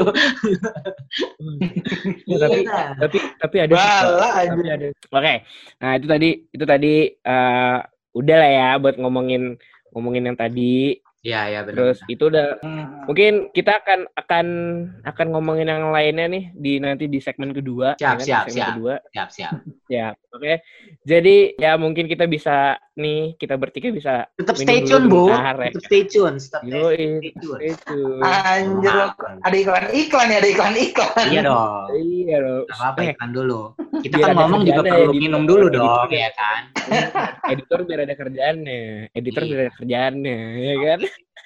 Ya, tapi Iya. tapi tapi ada sih, Pak. Bala Tapi anjir. ada. Oke. Nah, itu tadi itu tadi eh udah lah ya buat ngomongin ngomongin yang tadi. Iya, iya benar. Terus itu udah Hmm. mungkin kita akan akan akan ngomongin yang lainnya nih di nanti di segmen kedua. Siap, ya kan? siap, Di segmen siap. kedua. Siap, siap. Ya, oke. Jadi ya mungkin kita bisa nih kita bertiga bisa Tetap minum stay dulu tune, Bu. bentar, ya Tetap kan? stay tune, tetap Yoi, stay tune. stay tune. Anjir, lo, ada iklan-iklan ya, ada iklan-iklan. Iya dong. Iya loh. Gak apa-apa, Eh, iklan dulu. Kita biar kan ada ngomong juga kerjaannya, perlu editor. minum dulu Editor dong, biar- ya kan? Editor biar ada kerjaannya. Editor Iya. biar ada kerjaannya, ya kan?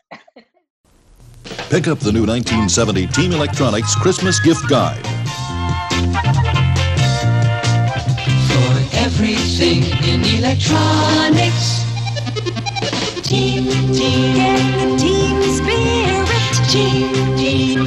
Pick up the new nineteen seventy Team Electronics Christmas Gift Guide. For everything in electronics. Team, team, get the team spirit. Team, team.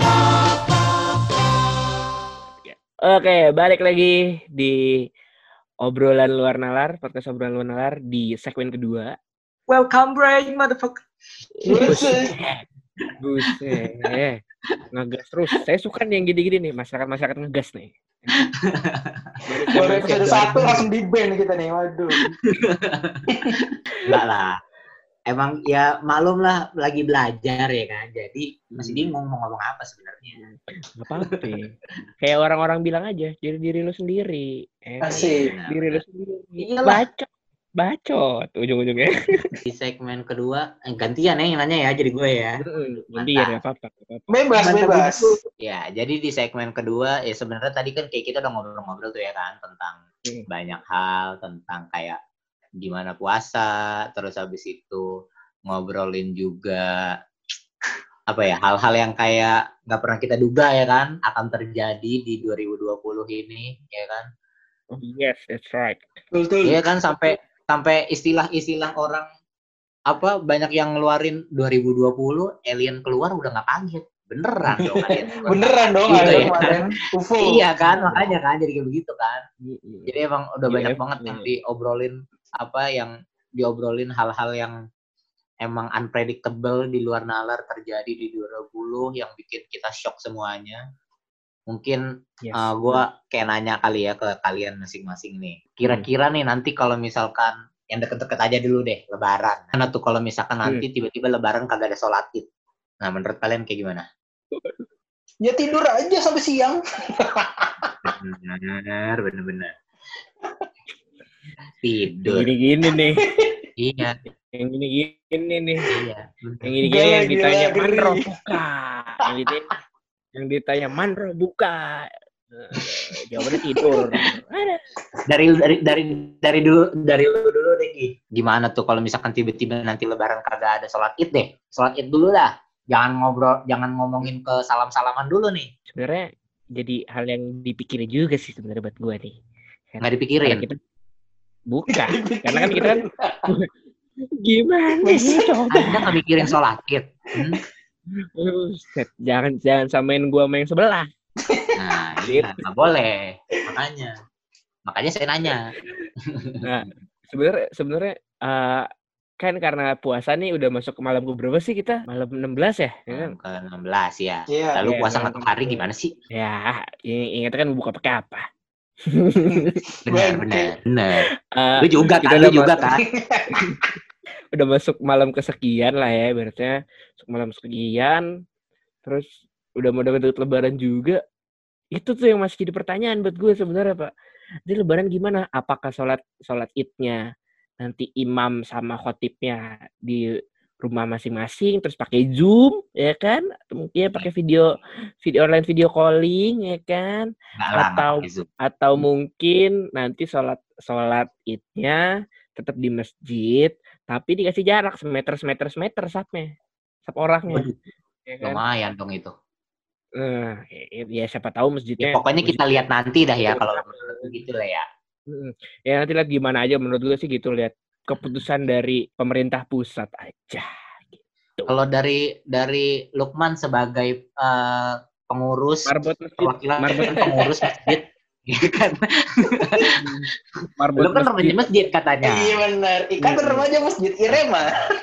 Oke, balik lagi di obrolan luar nalar, podcast obrolan luar nalar di segmen kedua. Welcome break, motherfucker. Buset, buset, ngegas terus. Saya suka nih yang gini-gini nih, masyarakat-masyarakat ngegas nih. Baru episode satu langsung di ban kita nih, waduh. Enggak lah. Emang ya maklum lah lagi belajar ya kan. Jadi masih bingung mau ngomong apa sebenarnya. Gak apa-apa. Kayak orang-orang bilang aja, jadi diri lu sendiri. Eh, Asik. diri lu sendiri. Iyalah. Bacot, bacot ujung-ujungnya. Di segmen kedua eh, gantian ya yang nanya ya jadi gue ya. Jadi ya gak apa-apa. Gak apa-apa. Bebas, Mantap, bebas. Ya, jadi di segmen kedua ya sebenarnya tadi kan kayak kita udah ngobrol-ngobrol tuh ya kan tentang Hmm. banyak hal, tentang kayak gimana puasa, terus habis itu ngobrolin juga apa ya hal-hal yang kayak nggak pernah kita duga ya kan akan terjadi di dua ribu dua puluh ini ya kan. Oh, yes, that's right. Betul. Iya kan sampai sampai istilah-istilah orang apa banyak yang ngeluarin dua ribu dua puluh alien keluar udah nggak kaget. Beneran dong alien. keluar. Beneran dong, Gitu ada ya. kemarin U F O. Iya kan, makanya kan jadi kayak begitu kan. Jadi emang udah Iya, banyak iya. banget yang diobrolin apa yang diobrolin hal-hal yang emang unpredictable di luar nalar terjadi di dua ribu dua puluh yang bikin kita shock semuanya. Mungkin Yes. uh, gue kayak nanya kali ya ke kalian masing-masing nih. Kira-kira nih nanti kalau misalkan yang deket-deket aja dulu deh, Lebaran. Karena tuh kalau misalkan nanti tiba-tiba Lebaran kagak ada sholat id. Nah menurut kalian kayak gimana? Ya tidur aja sampai siang. Bener, bener-bener. Tidur. Gini-gini nih. Iya, Yang gini-gini nih. iya. Yang gini-gini Gila, yang gila, ditanya geri. Manro buka. Yang ditanya, yang ditanya Manro buka. Eh, jawabannya tidur. Ada. Dari dari dari dari dulu dari lu dulu deh Gi. Gimana tuh kalau misalkan tiba-tiba nanti Lebaran kagak ada sholat id deh. Sholat id dulu dah. Jangan ngobrol, jangan ngomongin ke salam-salaman dulu nih. Sebenarnya jadi hal yang dipikirin juga sih sebenarnya buat gue nih. Nggak dipikirin. Karena kita bukan, karena kan kita kan gimana sih coba? Anda nggak mikirin sholat id. Hmm? Buset, jangan jangan samain gue sama yang sebelah. Nah, iya, nggak boleh. Makanya, makanya saya nanya. Nah, sebenarnya sebenarnya eh, kan karena puasa nih udah masuk ke malam ke berapa sih kita? Malam enam belas ya? Ya kan? Ke enam belas ya. Iya. Lalu Iya, puasa malam nggak hari enam belas. gimana sih? Ya, ini ingat kan buka pakai apa? Benar, benar, benar. Eh, Lu juga kita kan, udah lu juga masuk- kan. udah masuk malam kesekian lah ya, berarti masuk malam kesekian, terus udah mau deket Lebaran juga. Itu tuh yang masih jadi pertanyaan buat gue sebenarnya Pak. Jadi Lebaran gimana? Apakah sholat sholat idnya nanti imam sama khotibnya di rumah masing-masing, terus pakai Zoom, ya kan? Atau mungkin pakai video video online video calling, ya kan? Nggak lah, nggak Atau- pakai Zoom. Atau mungkin nanti sholat sholat idnya tetap di masjid, tapi dikasih jarak semeter semeter semeter sapnya, sap orangnya, Waduh, ya kan? lumayan dong itu. Nah, ya, ya siapa tahu Ya, masjidnya. pokoknya kita masjid- lihat nanti dah ya kalau menurut lu gitu lah ya. Mm. Ya nanti lihat gimana aja menurut gue sih gitu, lihat keputusan dari pemerintah pusat aja. Kalau dari dari Lukman sebagai eh, pengurus Marbot masjid, perwakilan marbot pengurus masjid, ya kan? marbot Lu kan masjid. remaja masjid katanya. Iya benar. Ikan Hmm. remaja masjid Irema.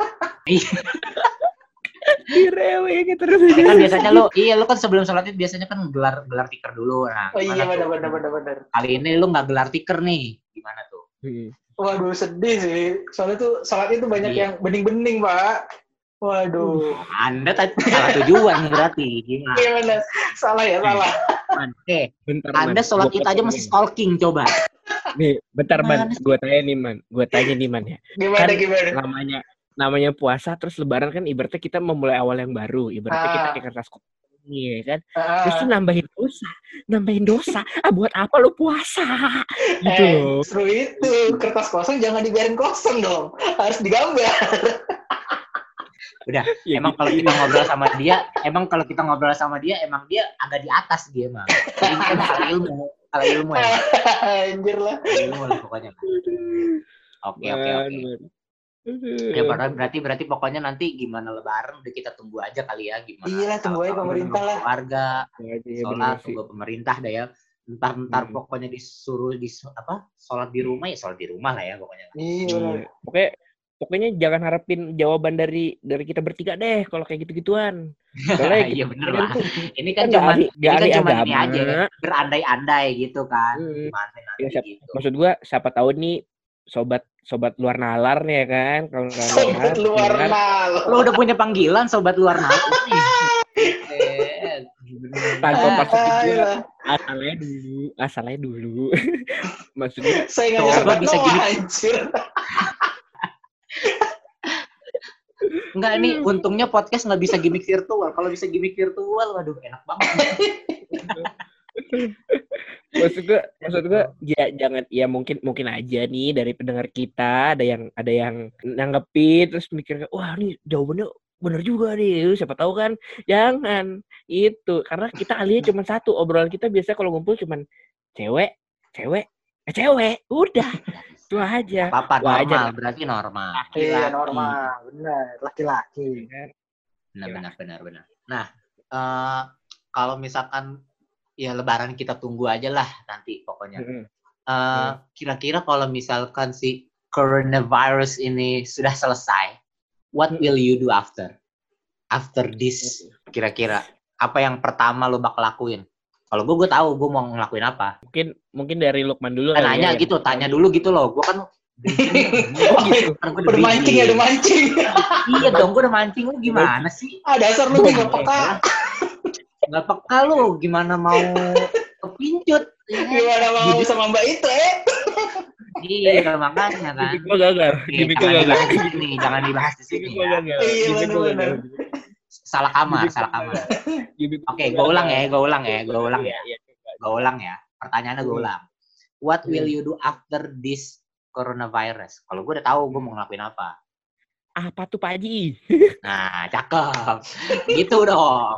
Direwengnya terus Ya kan aja. biasanya lu, iya lu kan sebelum sholat id biasanya kan gelar gelar tikar dulu. Nah, Oh iya gimana benar tuh? benar benar benar. Kali ini lu nggak gelar tikar nih, gimana tuh? Hmm. Waduh sedih sih. Soalnya tuh sholat itu banyak Iya. yang bening-bening Pak. Waduh. Anda tadi salah tujuan berarti. Gimana? Gimana? Salah ya, salah. Man, eh, Bentar, Anda Man. sholat Gua kita aja potong masih nih. stalking coba. Nih, bentar, Man. Gimana sih? Gue tanya nih, Man. Gue tanya nih, Man ya. Gimana, Kan gimana? namanya namanya puasa terus lebaran kan ibaratnya kita memulai awal yang baru. Ibaratnya kita Ah. kayak kertas kopi ya kan. Ah, Terus tuh nambahin dosa. Nambahin dosa. Ah, buat apa lu puasa? Gitu eh, loh. seru itu. Kertas kosong jangan dibiarin kosong dong. Harus digambar. Udah, Ya, emang gitu. kalau kita ngobrol sama dia, emang kalau kita ngobrol sama dia, emang dia agak di atas dia emang. Jadi kita salah ilmu, salah ilmu ya. Anjir lah. Salah ilmu lah pokoknya. Oke, oke, Man, oke. man. Aduh. Ya berarti, berarti berarti pokoknya nanti gimana lebaran udah kita tunggu aja kali ya gimana. Iya lah, tunggu aja Sama-sama pemerintah lah. Keluarga, Ya, iya, bener sholat, sih. tunggu pemerintah dah ya. Ntar-ntar Hmm. pokoknya disuruh di apa? Sholat di rumah ya sholat di rumah lah ya pokoknya. Iya. Iya. Pokoknya pokoknya jangan harapin jawaban dari dari kita bertiga deh kalau kayak gitu-gituan. Soalnya Iya kita bener kan lah. tuh Ini kan kan nggak cuma ahli ini nggak kan ahli cuma ini agama. aja ya, berandai-andai gitu kan. Hmm. Gimana Ya, nanti siapa, gitu. maksud gua siapa tahu nih sobat sobat luar nalar nih ya kan, kawan-kawan Sobat luar dengar. nal. Lo udah punya panggilan sobat luar nalar nih. Eh, Tanpa Ah, maksud gua iya. asalnya dulu, asalnya dulu. Maksudnya Saya nggak Coba sobat bisa Noah, gini. anjir. Enggak nih, untungnya podcast nggak bisa gimmick virtual. Kalau bisa gimmick virtual, waduh enak banget. maksud gua maksud gua ya jangan ya mungkin mungkin aja nih dari pendengar kita ada yang ada yang nanggepin terus mikir wah nih jawabannya bener juga nih. Siapa tahu kan jangan itu karena kita ahlinya cuma satu, obrolan kita biasa kalau ngumpul cuman cewek cewek eh, cewek udah itu aja. Apa-apa Wajar normal, lah. berarti normal. Iya, normal. Benar, laki-laki. Benar, benar, benar, benar. Nah, eh, kalau misalkan ya lebaran kita tunggu aja lah nanti pokoknya. Mm-mm. Eh, kira-kira kalau misalkan si coronavirus ini sudah selesai, what will you do after? After this, kira-kira apa yang pertama lo bakal lakuin? Kalau gue, gue tahu gue mau ngelakuin apa. Mungkin mungkin dari Lukman dulu Kan kali nanya ya, gitu, yang- tanya dulu gitu loh. Gue kan Oh, gitu. kan gue Udah mancing ya, udah mancing. Iya dong, gue udah mancing. Lu gimana sih? Ah, dasar lu nggak peka. Nggak peka lu, gimana mau kepincut? ya kan? Gimana mau sama Mbak itu, eh? Iya, makanya kan. Gimik gua gagal. Oke, Gimik gua jangan gagal. dibahas di sini, jangan dibahas di sini Gimik gua ya. gagal. Iya, Gimik gua bener-bener. gagal. Salah kamar, Gimik salah gua kamar. gagal. Gimik gua Oke, gagal. gue ulang ya, gue ulang ya, gue ulang Iya, ya, iya. gue ulang ya. Pertanyaannya gue Hmm. ulang. What will Hmm. you do after this coronavirus? Kalau gue udah tahu gue mau ngelakuin apa. Apa tuh Pak Haji? Nah, cakep. Gitu dong.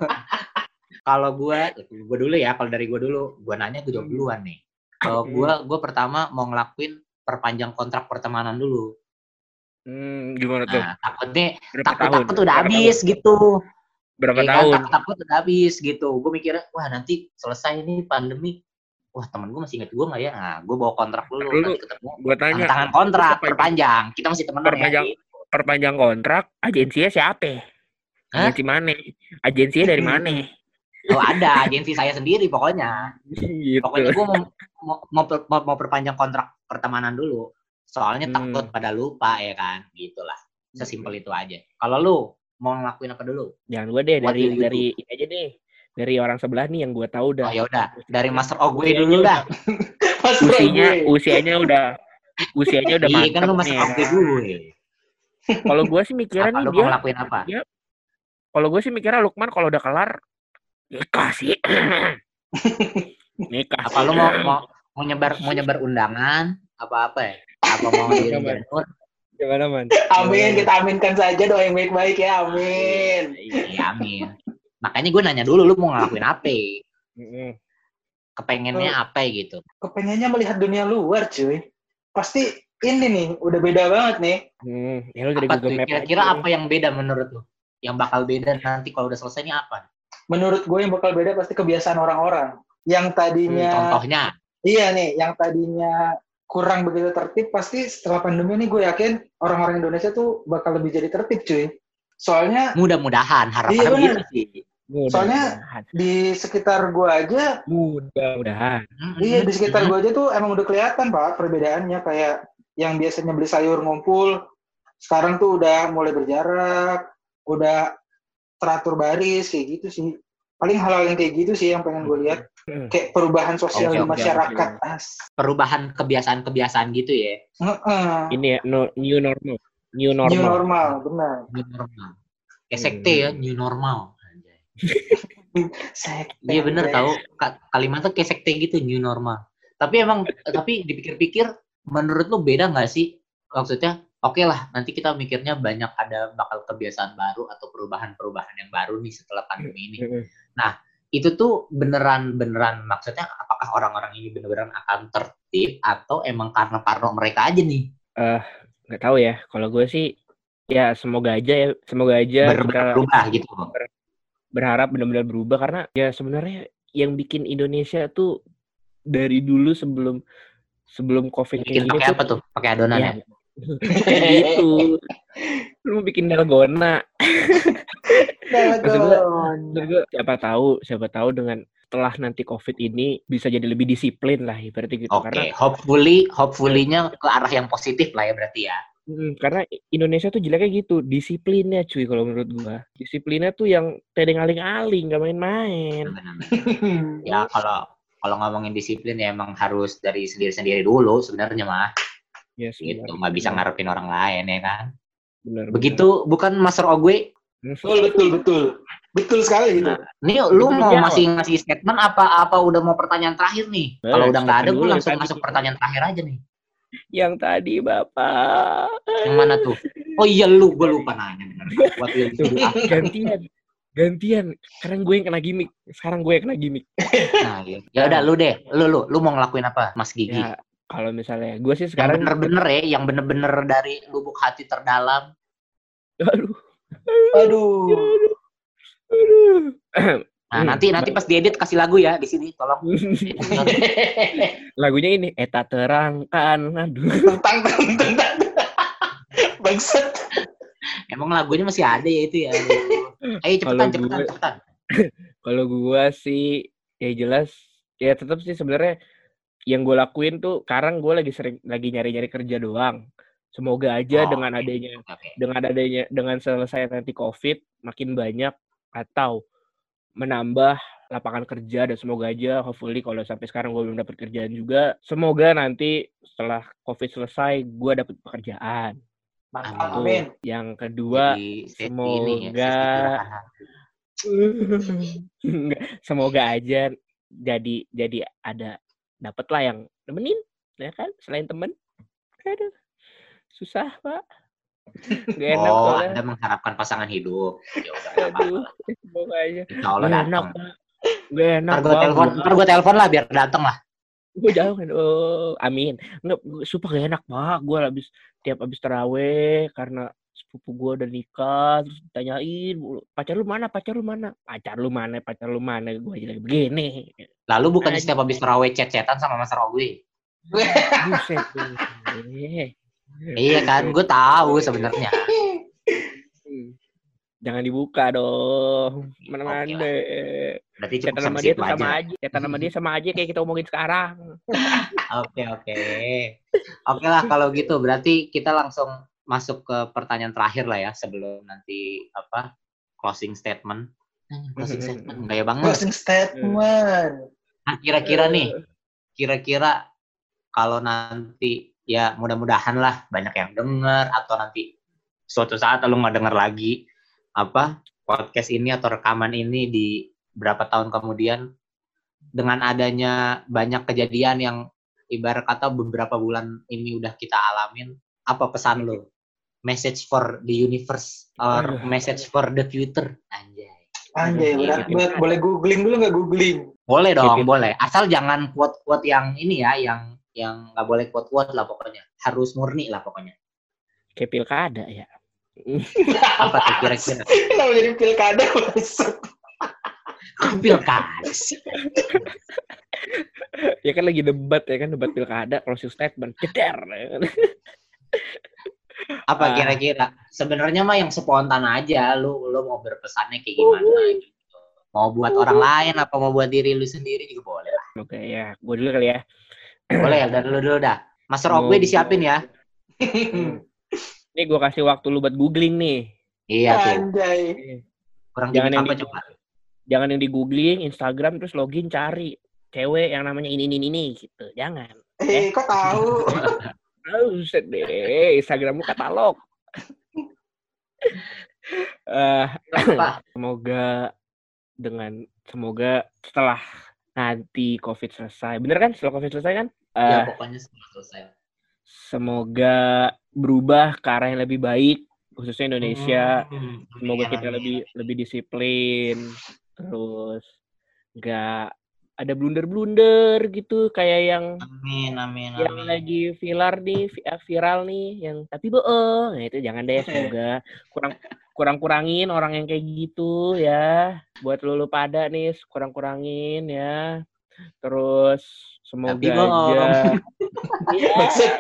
Kalau gue, gue dulu ya. Kalau dari gue dulu, gue nanya gue jawab duluan nih. Kalau gue, gue pertama mau ngelakuin perpanjang kontrak pertemanan dulu. Hmm, gimana tuh? Nah, takutnya, Berapa takut tahun? takut udah Berapa habis gitu. Berapa Ya kan, tahun? takut takut udah habis gitu. Gue mikirnya, wah nanti selesai nih pandemi. Wah temen gue masih inget gue nggak ya? Nah, gue bawa kontrak dulu, Dulu, nanti ketemu. Gua Tanda tanya. tangan kontrak, Perpanjang- perpanjang. Kita masih temenan Perpanjang, ya. perpanjang kontrak, agensinya siapa? Hah? Agensi mana? Agensinya dari mana? Oh ada, agensi saya sendiri pokoknya. Gitu. Pokoknya gue mau, mau, mau, mau, mau perpanjang kontrak pertemanan dulu. Soalnya Hmm. takut pada lupa ya kan. Gitulah. Sesimpel itu aja. Kalau lu mau ngelakuin apa dulu? Jangan gua deh What dari will you dari ini aja deh. Dari orang sebelah nih yang gua tahu Oh udah. ya udah, dari Master Ogwe dulu dah. Pas Usianya gue. usianya udah usianya udah Iya kan mantap lu Master nih. Ogwe gue. Kalau gua sih mikirnya Apa nih lu dia mau ngelakuin apa? kalau gue sih mikirnya Lukman kalau udah kelar nikah sih. Nikah. Apa lu mau mau mau nyebar mau nyebar undangan apa apa ya? Apa mau Jangan. diri janur? Gimana, Man? Amin, kita aminkan saja doa yang baik-baik ya, amin. Iya amin. Makanya gue nanya dulu lu mau ngelakuin apa? Mm-mm. Kepengennya apa gitu? Kepengennya melihat dunia luar, cuy. Pasti ini nih, udah beda banget nih. Hmm, ya lu dari Apa Google tuh? Map Kira-kira aja. apa yang beda menurut lu? Yang bakal beda nanti kalau udah selesai ini apa? Menurut gue yang bakal beda pasti kebiasaan orang-orang. Yang Hmm, tadinya, contohnya, iya nih, yang tadinya kurang begitu tertib, pasti setelah pandemi ini gue yakin orang-orang Indonesia tuh bakal lebih jadi tertib, cuy. Soalnya mudah-mudahan harapannya Iya, begitu sih. Mudah-mudahan. di sekitar gue aja, Mudah-mudahan. Hmm, iya di sekitar hmm. gue aja tuh emang udah kelihatan, Pak, perbedaannya. Kayak yang biasanya beli sayur ngumpul, sekarang tuh udah mulai berjarak, udah teratur baris kayak gitu sih. Paling hal-hal yang kayak gitu sih yang pengen gue lihat. Kayak perubahan sosial Oke, di oke, masyarakat. As. Perubahan kebiasaan-kebiasaan gitu ya. Heeh. Ini ya, no, new normal. New normal. New normal, benar. New normal. Kayak sekte ya, new normal. Anjay. Sekte, Iya bener guys. tahu Ka- kalimat tuh kayak sekte gitu, new normal. Tapi emang tapi dipikir-pikir menurut lu beda nggak sih? Maksudnya oke lah nanti kita mikirnya banyak ada bakal kebiasaan baru atau perubahan-perubahan yang baru nih setelah pandemi ini. Nah itu tuh beneran beneran maksudnya apakah orang-orang ini beneran akan tertib atau emang karena parno mereka aja nih? Eh, nggak tahu ya. Kalau gue sih ya semoga aja ya, semoga aja Ber- kita berubah gitu. berharap benar-benar berubah karena ya sebenarnya yang bikin Indonesia tuh dari dulu sebelum sebelum COVID Bikin kayak gini pakai tuh apa tuh? Pakai adonan ya ya? kayak gitu. Lu mau bikin dalgona. Maksud gue, maksud gue, siapa tahu, siapa tahu dengan setelah nanti COVID ini bisa jadi lebih disiplin lah ibaratnya gitu. Oke, Karena hopefully hopefully-nya ke arah yang positif lah ya berarti ya. hmm, karena Indonesia tuh jeleknya gitu, disiplinnya cuy kalau menurut gua. Disiplinnya tuh yang tedeng aling-aling, nggak main-main. Ya kalau kalau ngomongin disiplin ya emang harus dari sendiri-sendiri dulu sebenarnya mah. Ya, Gitu, sebenarnya. nggak bisa ngarepin orang lain ya kan. Benar. Begitu bukan Master Ogwe. Betul, betul, betul. Betul sekali gitu. Nah, nih lu Betul mau jawab. masih ngasih statement apa apa udah mau pertanyaan terakhir nih? Eh, Kalau udah nggak ada statement gue dulu langsung tadi. masuk pertanyaan terakhir aja nih. Yang tadi Bapak. Yang mana tuh? Oh iya lu, gue lupa nanya bener. What will you do after? Gantian. Gantian. Sekarang gue yang kena gimmick. Sekarang gue yang kena gimmick. Nah, gitu. Ya udah lu deh, lu lu lu mau ngelakuin apa, Mas Gigi? Ya, kalau misalnya gue sih Yang sekarang bener-bener ya, yang bener-bener dari lubuk hati terdalam. aduh. Aduh. Aduh. Nah, Hmm, nanti nanti pas diedit kasih lagu ya di sini, tolong. Lagunya ini Eta terangkan. Aduh. Tentang, tentang, tentang. Bangsat. Emang lagunya masih ada ya itu ya. Ayo cepetan, Kalau cepetan, gue- cepetan. Kalau gua sih ya jelas ya tetap sih sebenarnya yang gue lakuin tuh sekarang gue lagi sering lagi nyari-nyari kerja doang. Semoga aja Oh, dengan oke. adanya Oke. dengan adanya dengan selesai nanti COVID makin banyak atau menambah lapangan kerja dan semoga aja hopefully kalau sampai sekarang gue belum dapat kerjaan juga semoga nanti setelah COVID selesai gue dapat pekerjaan. Mantap, Tuh. amin. Yang kedua Jadi sesi ini ya, semoga sesi curahan hati. Nggak, semoga aja jadi jadi ada dapet lah yang nemenin ya kan selain temen. Aduh susah pak, nggak enak Oh, soalnya. Anda mengharapkan pasangan hidup. Ya udah nggak apa-apa Aduh lah. semoga aja. Insya Allah Nggak enak datang. pak, nggak enak Ntar gue pak. telepon, ntar gue telepon lah biar datang lah. Gue jauh kan. Oh amin. Nggak, sumpah gak enak pak. Gue habis tiap habis taraweh karena sepupu gue udah nikah terus ditanyain pacar lu mana pacar lu mana pacar lu mana pacar lu mana gue aja lagi begini. Lalu bukannya Aja. setiap habis terawih chat-chatan sama Mas Rogwi? Buset. Eh. Iya kan, gue tahu sebenarnya. Jangan dibuka dong. Mana Oke ada. Berarti cukup Cetan sama sampai dia situ tuh aja. sama aja. Cetan sama dia sama aja kayak kita omongin sekarang. Oke oke. Oke lah kalau gitu berarti kita langsung masuk ke pertanyaan terakhir lah ya sebelum nanti apa closing statement. Hmm, Closing statement gaya banget. Closing statement. Nah, kira-kira nih, kira-kira kalau nanti ya mudah-mudahan lah banyak yang dengar atau nanti suatu saat lu nggak dengar lagi apa podcast ini atau rekaman ini di berapa tahun kemudian dengan adanya banyak kejadian yang ibarat kata beberapa bulan ini udah kita alamin, apa pesan lo? Message for the universe or Aduh. message for the future, anjay. Anjay, berat banget. Boleh googling dulu nggak googling? Boleh dong, Gitu. boleh. Asal jangan quote-quote yang ini ya, yang yang nggak boleh quote-quote lah pokoknya. Harus murni lah pokoknya. Kayak pilkada ya. Apa tuh kira-kira? Kenapa jadi pilkada? Maksud? Pilkada sih. Ya kan lagi debat ya kan debat pilkada closing statement. Ceder. Apa Ah. kira-kira? Sebenarnya mah yang spontan aja. Lu lu mau berpesannya kayak gimana gitu. Mau buat orang lain apa mau buat diri lu sendiri juga boleh lah. Oke ya, gue dulu kali ya. Boleh ya, dari lu dulu dah. Mas Rogwe Mau- disiapin ya. Ini gue kasih waktu lu buat googling nih. Iya tuh. Anjay. Kurang Jangan jadi yang apa di- coba? Jangan yang di googling Instagram terus login cari cewek yang namanya ini ini ini gitu. Jangan. Eh, kok tahu? Oh, set deh. Instagrammu katalog. Eh, Apa? semoga dengan semoga setelah nanti COVID selesai. Bener kan? Setelah COVID selesai kan? Ya Eh, pokoknya setelah selesai. semoga berubah ke arah yang lebih baik, khususnya Indonesia. Hmm, Semoga amin, kita amin. lebih lebih disiplin, terus nggak ada blunder-blunder gitu kayak yang Amin, amin, yang amin. lagi viral nih, vi- eh, viral nih, yang tapi bohong. Nah, itu jangan deh, semoga kurang kurang-kurangin orang yang kayak gitu ya. Buat lu, lu pada nih, kurang-kurangin ya. Terus semoga Tapi bohong. aja. Iya, Maksud,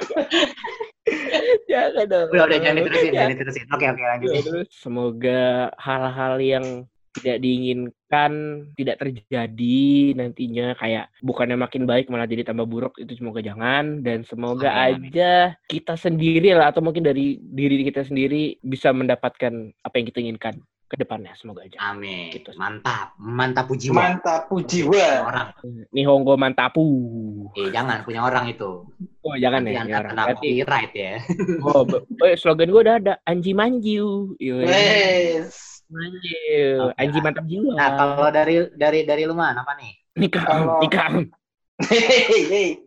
jangan dong. Udah, udah, jangan diterusin, Ya, jangan diterusin. Oke, oke, lanjut. terus semoga hal-hal yang tidak diinginkan tidak terjadi nantinya, kayak bukannya makin baik malah jadi tambah buruk, itu semoga jangan. Dan semoga Amin, amin. aja kita sendiri lah, atau mungkin dari diri kita sendiri bisa mendapatkan apa yang kita inginkan ke depannya, semoga aja. Amin. Gitu. Mantap, mantap puji wa. mantap, puji Punya wa. orang. Nihongo mantapu. Eh, jangan punya orang itu. Oh jangan Nanti ya, angkat ini orang. kena Berarti copyright ya. oh, be- oh, slogan gue udah ada, Anji Manjiu. Yoi. Wes. Manjiu. Oke Anji lah. mantap jiwa. Nah, kalau dari dari dari lu mana apa nih? Nikah, Kalau- nikah. Hehehe.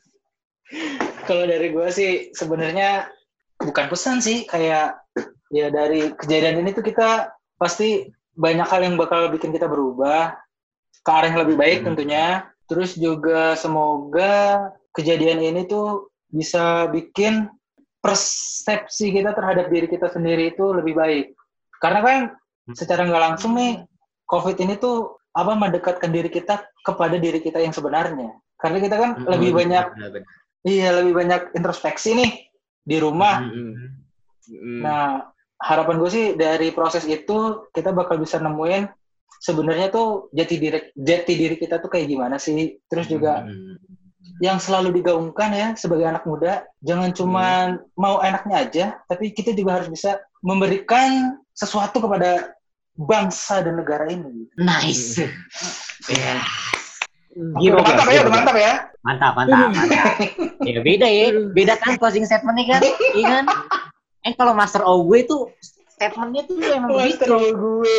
Kalau dari gue sih sebenarnya bukan pesan sih, kayak ya dari kejadian ini tuh kita pasti banyak hal yang bakal bikin kita berubah ke arah yang lebih baik Hmm. tentunya. Terus juga semoga kejadian ini tuh bisa bikin persepsi kita terhadap diri kita sendiri itu lebih baik. Karena kan secara nggak langsung nih COVID ini tuh apa mendekatkan diri kita kepada diri kita yang sebenarnya. Karena kita kan Hmm, lebih banyak benar-benar. Iya, lebih banyak introspeksi nih di rumah. Hmm. Mm. Nah, harapan gue sih dari proses itu kita bakal bisa nemuin sebenarnya tuh jati diri jati diri kita tuh kayak gimana sih. Terus juga Hmm. yang selalu digaungkan ya sebagai anak muda, jangan cuma mau enaknya aja, tapi kita juga harus bisa memberikan sesuatu kepada bangsa dan negara ini. Nice. Ya. Oke, udah mantap ya, udah mantap ya. Mantap, mantap, mantap. Ya beda ya, beda kan closing statement nih kan, iya kan? Eh kalau Master O gue tuh statementnya tuh emang begitu. Master gue.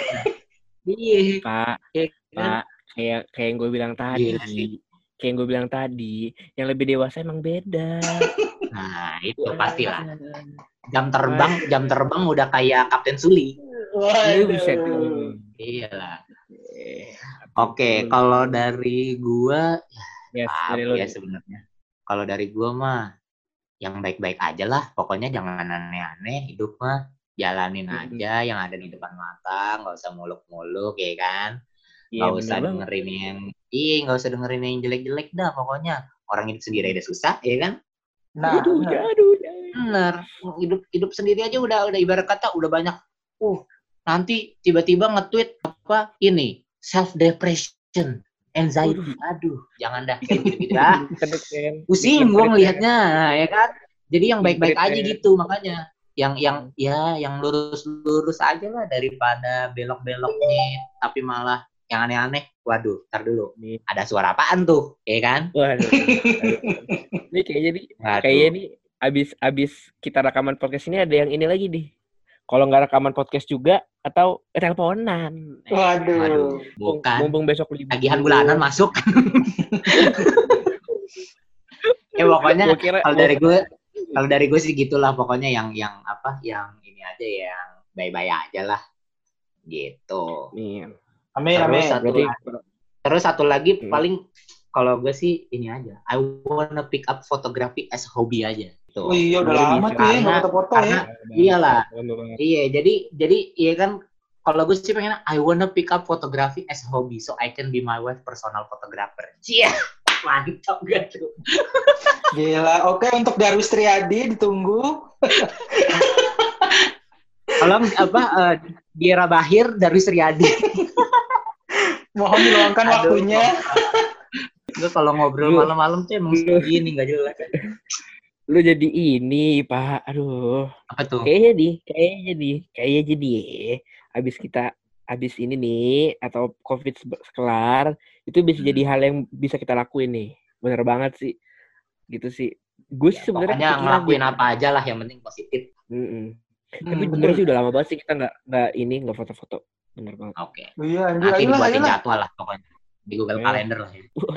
Iya. Pak, Iya kan? Pak, kayak kayak yang gue bilang tadi, Gila sih. kayak yang gue bilang tadi, yang lebih dewasa emang beda. Nah itu pastilah. Jam terbang, jam terbang udah kayak Kapten Suli. Ini buset. Waduh. Iya lah. Eh, Oke, kalau dari gua yes, apa dari lu ya nih. sebenarnya? Kalau dari gua mah yang baik-baik aja lah. Pokoknya jangan aneh-aneh, hidup mah jalanin Mm-mm. aja yang ada di depan mata, nggak usah muluk-muluk ya kan. Iya, Nggak bener usah banget. dengerin yang iya, nggak usah dengerin yang jelek-jelek dah. Pokoknya orang hidup sendiri aja susah, ya kan? Nah, Aduh, benar. aduh, Bener, hidup hidup sendiri aja udah udah ibarat kata udah banyak. Uh, nanti tiba-tiba nge-tweet apa ini self depression, anxiety. Aduh, jangan dah kayak gitu-gitu dah. Internet, kan. Pusing Bikin gue tweet, ngelihatnya, ya kan? Jadi yang baik-baik Tweet, aja ya. gitu makanya. Yang yang ya yang lurus-lurus aja lah daripada belok-beloknya tapi malah yang aneh-aneh. Waduh, ntar dulu. Nih. Ada suara apaan tuh? Ya kan? Waduh. Ini kayaknya nih, Waduh. kayaknya nih abis abis kita rekaman podcast ini ada yang ini lagi nih. Kalau nggak rekaman podcast juga atau teleponan. Eh, Waduh. Waduh, mumpung- bukan. Mumpung besok libur. Tagihan bulanan masuk. Ya pokoknya Gua kira kalau dari gue kalau dari gue sih gitulah pokoknya yang yang apa yang ini aja yang bye-bye aja lah gitu. nih. Amin, Terus amin. satu Berarti lagi, terus satu lagi Hmm. paling kalau gue sih ini aja. I wanna pick up photography as hobby aja. Gitu. Oh iya, udah Baru lama bisa. tuh ya, nggak Karena- foto-foto karena ya. Iyalah. Bener banget. Iya, jadi jadi iya kan kalau gue sih pengen I wanna pick up photography as hobby so I can be my wife personal photographer. Cia. Mantap gak tuh? Gila, oke untuk Darwis Triadi ditunggu. Tolong apa eh, Diera Bahir dari Sriadi. Mohon diluangkan Aduh. waktunya. Gue kalau ngobrol Lu- malam-malam tuh emang lu- gini nggak jelas. Lu jadi ini, Pak. Aduh. Apa tuh? Kayaknya nih, kayaknya nih, kayaknya jadi habis kita habis ini nih atau Covid se- kelar, itu bisa Hmm. jadi hal yang bisa kita lakuin nih. Bener banget sih. Gitu sih. Gue sih Ya, sebenarnya pokoknya kepikiran ngelakuin sih. apa aja lah yang penting positif. Mm-mm. Hmm, Tapi bener betul. sih udah lama banget sih kita nggak nggak ini nggak foto-foto. Bener banget. Oke. Iya, anjir, Nanti ayolah, dibuatin ayolah. jadwal lah pokoknya. Di Google Eh. Calendar lah ya. Wah,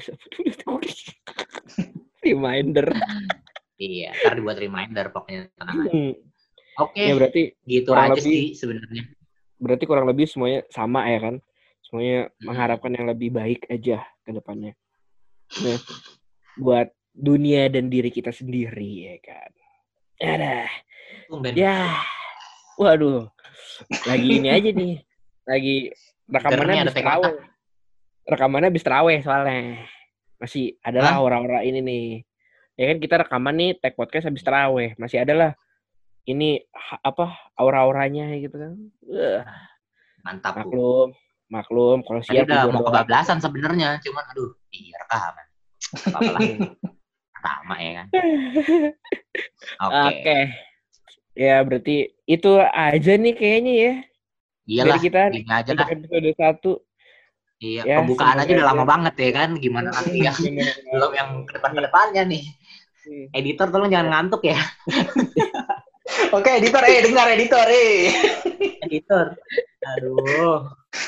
reminder. Iya, ntar dibuat reminder pokoknya tenang aja. Hmm. Oke, Ya berarti gitu kurang aja lebih- sih sebenarnya. berarti kurang lebih semuanya sama ya kan? Semuanya Hmm. mengharapkan yang lebih baik aja ke depannya. Nah, buat dunia dan diri kita sendiri ya kan. Ada. Tumben. Ya. Waduh. Lagi ini aja nih. Lagi rekamannya Gernya ada habis teh terawih. Rekamannya habis terawih soalnya. Masih adalah Hah? aura-aura ini nih. Ya kan kita rekaman nih tag podcast habis terawih. Masih adalah ini ha- apa aura-auranya gitu kan. Wah, Mantap, Bu. maklum. Maklum kalau Tadi siap udah tidur mau doang. kebablasan sebenarnya, cuman aduh, iya rekaman. Apa-apa lah. Pertama ya kan. Oke. Oke. Ya berarti itu aja nih kayaknya ya. Iyalah, Dari kita gini aja untuk dah. episode satu. Iya, Ya, pembukaan semoga aja udah aja. lama banget ya kan. Gimana nanti yang Bener. belum yang ke depan-kedepannya nih. Hmm. Editor tolong jangan ngantuk ya. Oke, editor, eh, dengar editor, eh. Editor. Aduh.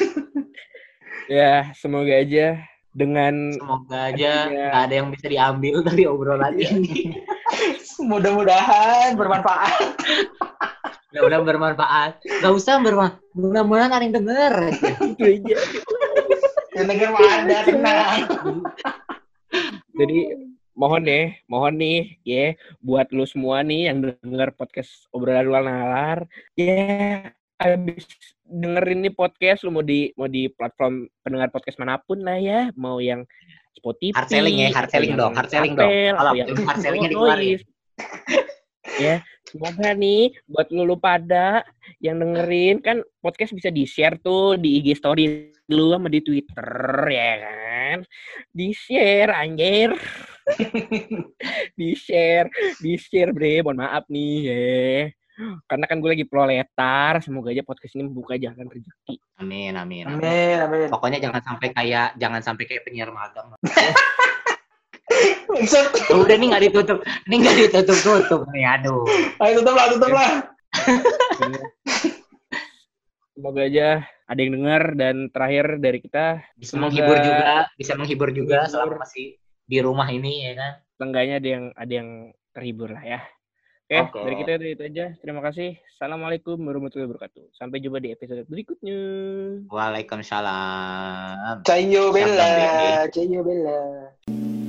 Ya, semoga aja dengan Semoga aja Adanya- nggak ada yang bisa diambil dari obrolan ini. Mudah-mudahan bermanfaat. Mudah-mudahan bermanfaat. Nggak usah bermanfaat. Mudah-mudahan ada yang denger. itu aja. Yang denger mah ada, tenang. Jadi mohon deh, mohon nih ya buat lu semua nih yang denger podcast obrolan luar nalar, ya abis dengerin nih podcast lu mau di mau di platform pendengar podcast manapun lah ya, mau yang Spotify, Hard selling ya, hard atau selling yang dong, hard selling dong. Apple, Kalau atau yang hard sellingnya Noise. dikeluarin. Ya, semoga nih buat lu, lu pada yang dengerin kan podcast bisa di-share tuh di I G story lu sama di Twitter ya kan. Di-share anjir. Di-share, di-share bre, mohon maaf nih ya. Karena kan gue lagi proletar, semoga aja podcast ini membuka jalan rezeki. Amin, amin, amin. Amin, amin. Pokoknya jangan sampai kayak jangan sampai kayak penyiar magang. Maksud, Oh, udah nih nggak ditutup, nih nggak ditutup-tutup nih, aduh. ayo tutup lah, tutup lah. Semoga aja ada yang dengar dan terakhir dari kita Bisa Semoga- menghibur juga, bisa menghibur juga Menghibur. selama masih di rumah ini ya kan. Seenggaknya ada yang ada yang terhibur lah ya. Oke, Oke. dari kita itu, itu aja. Terima kasih. Assalamualaikum warahmatullahi wabarakatuh. Sampai jumpa di episode berikutnya. Waalaikumsalam. Cayo Siap, Bella, Bang, Cayo Bella.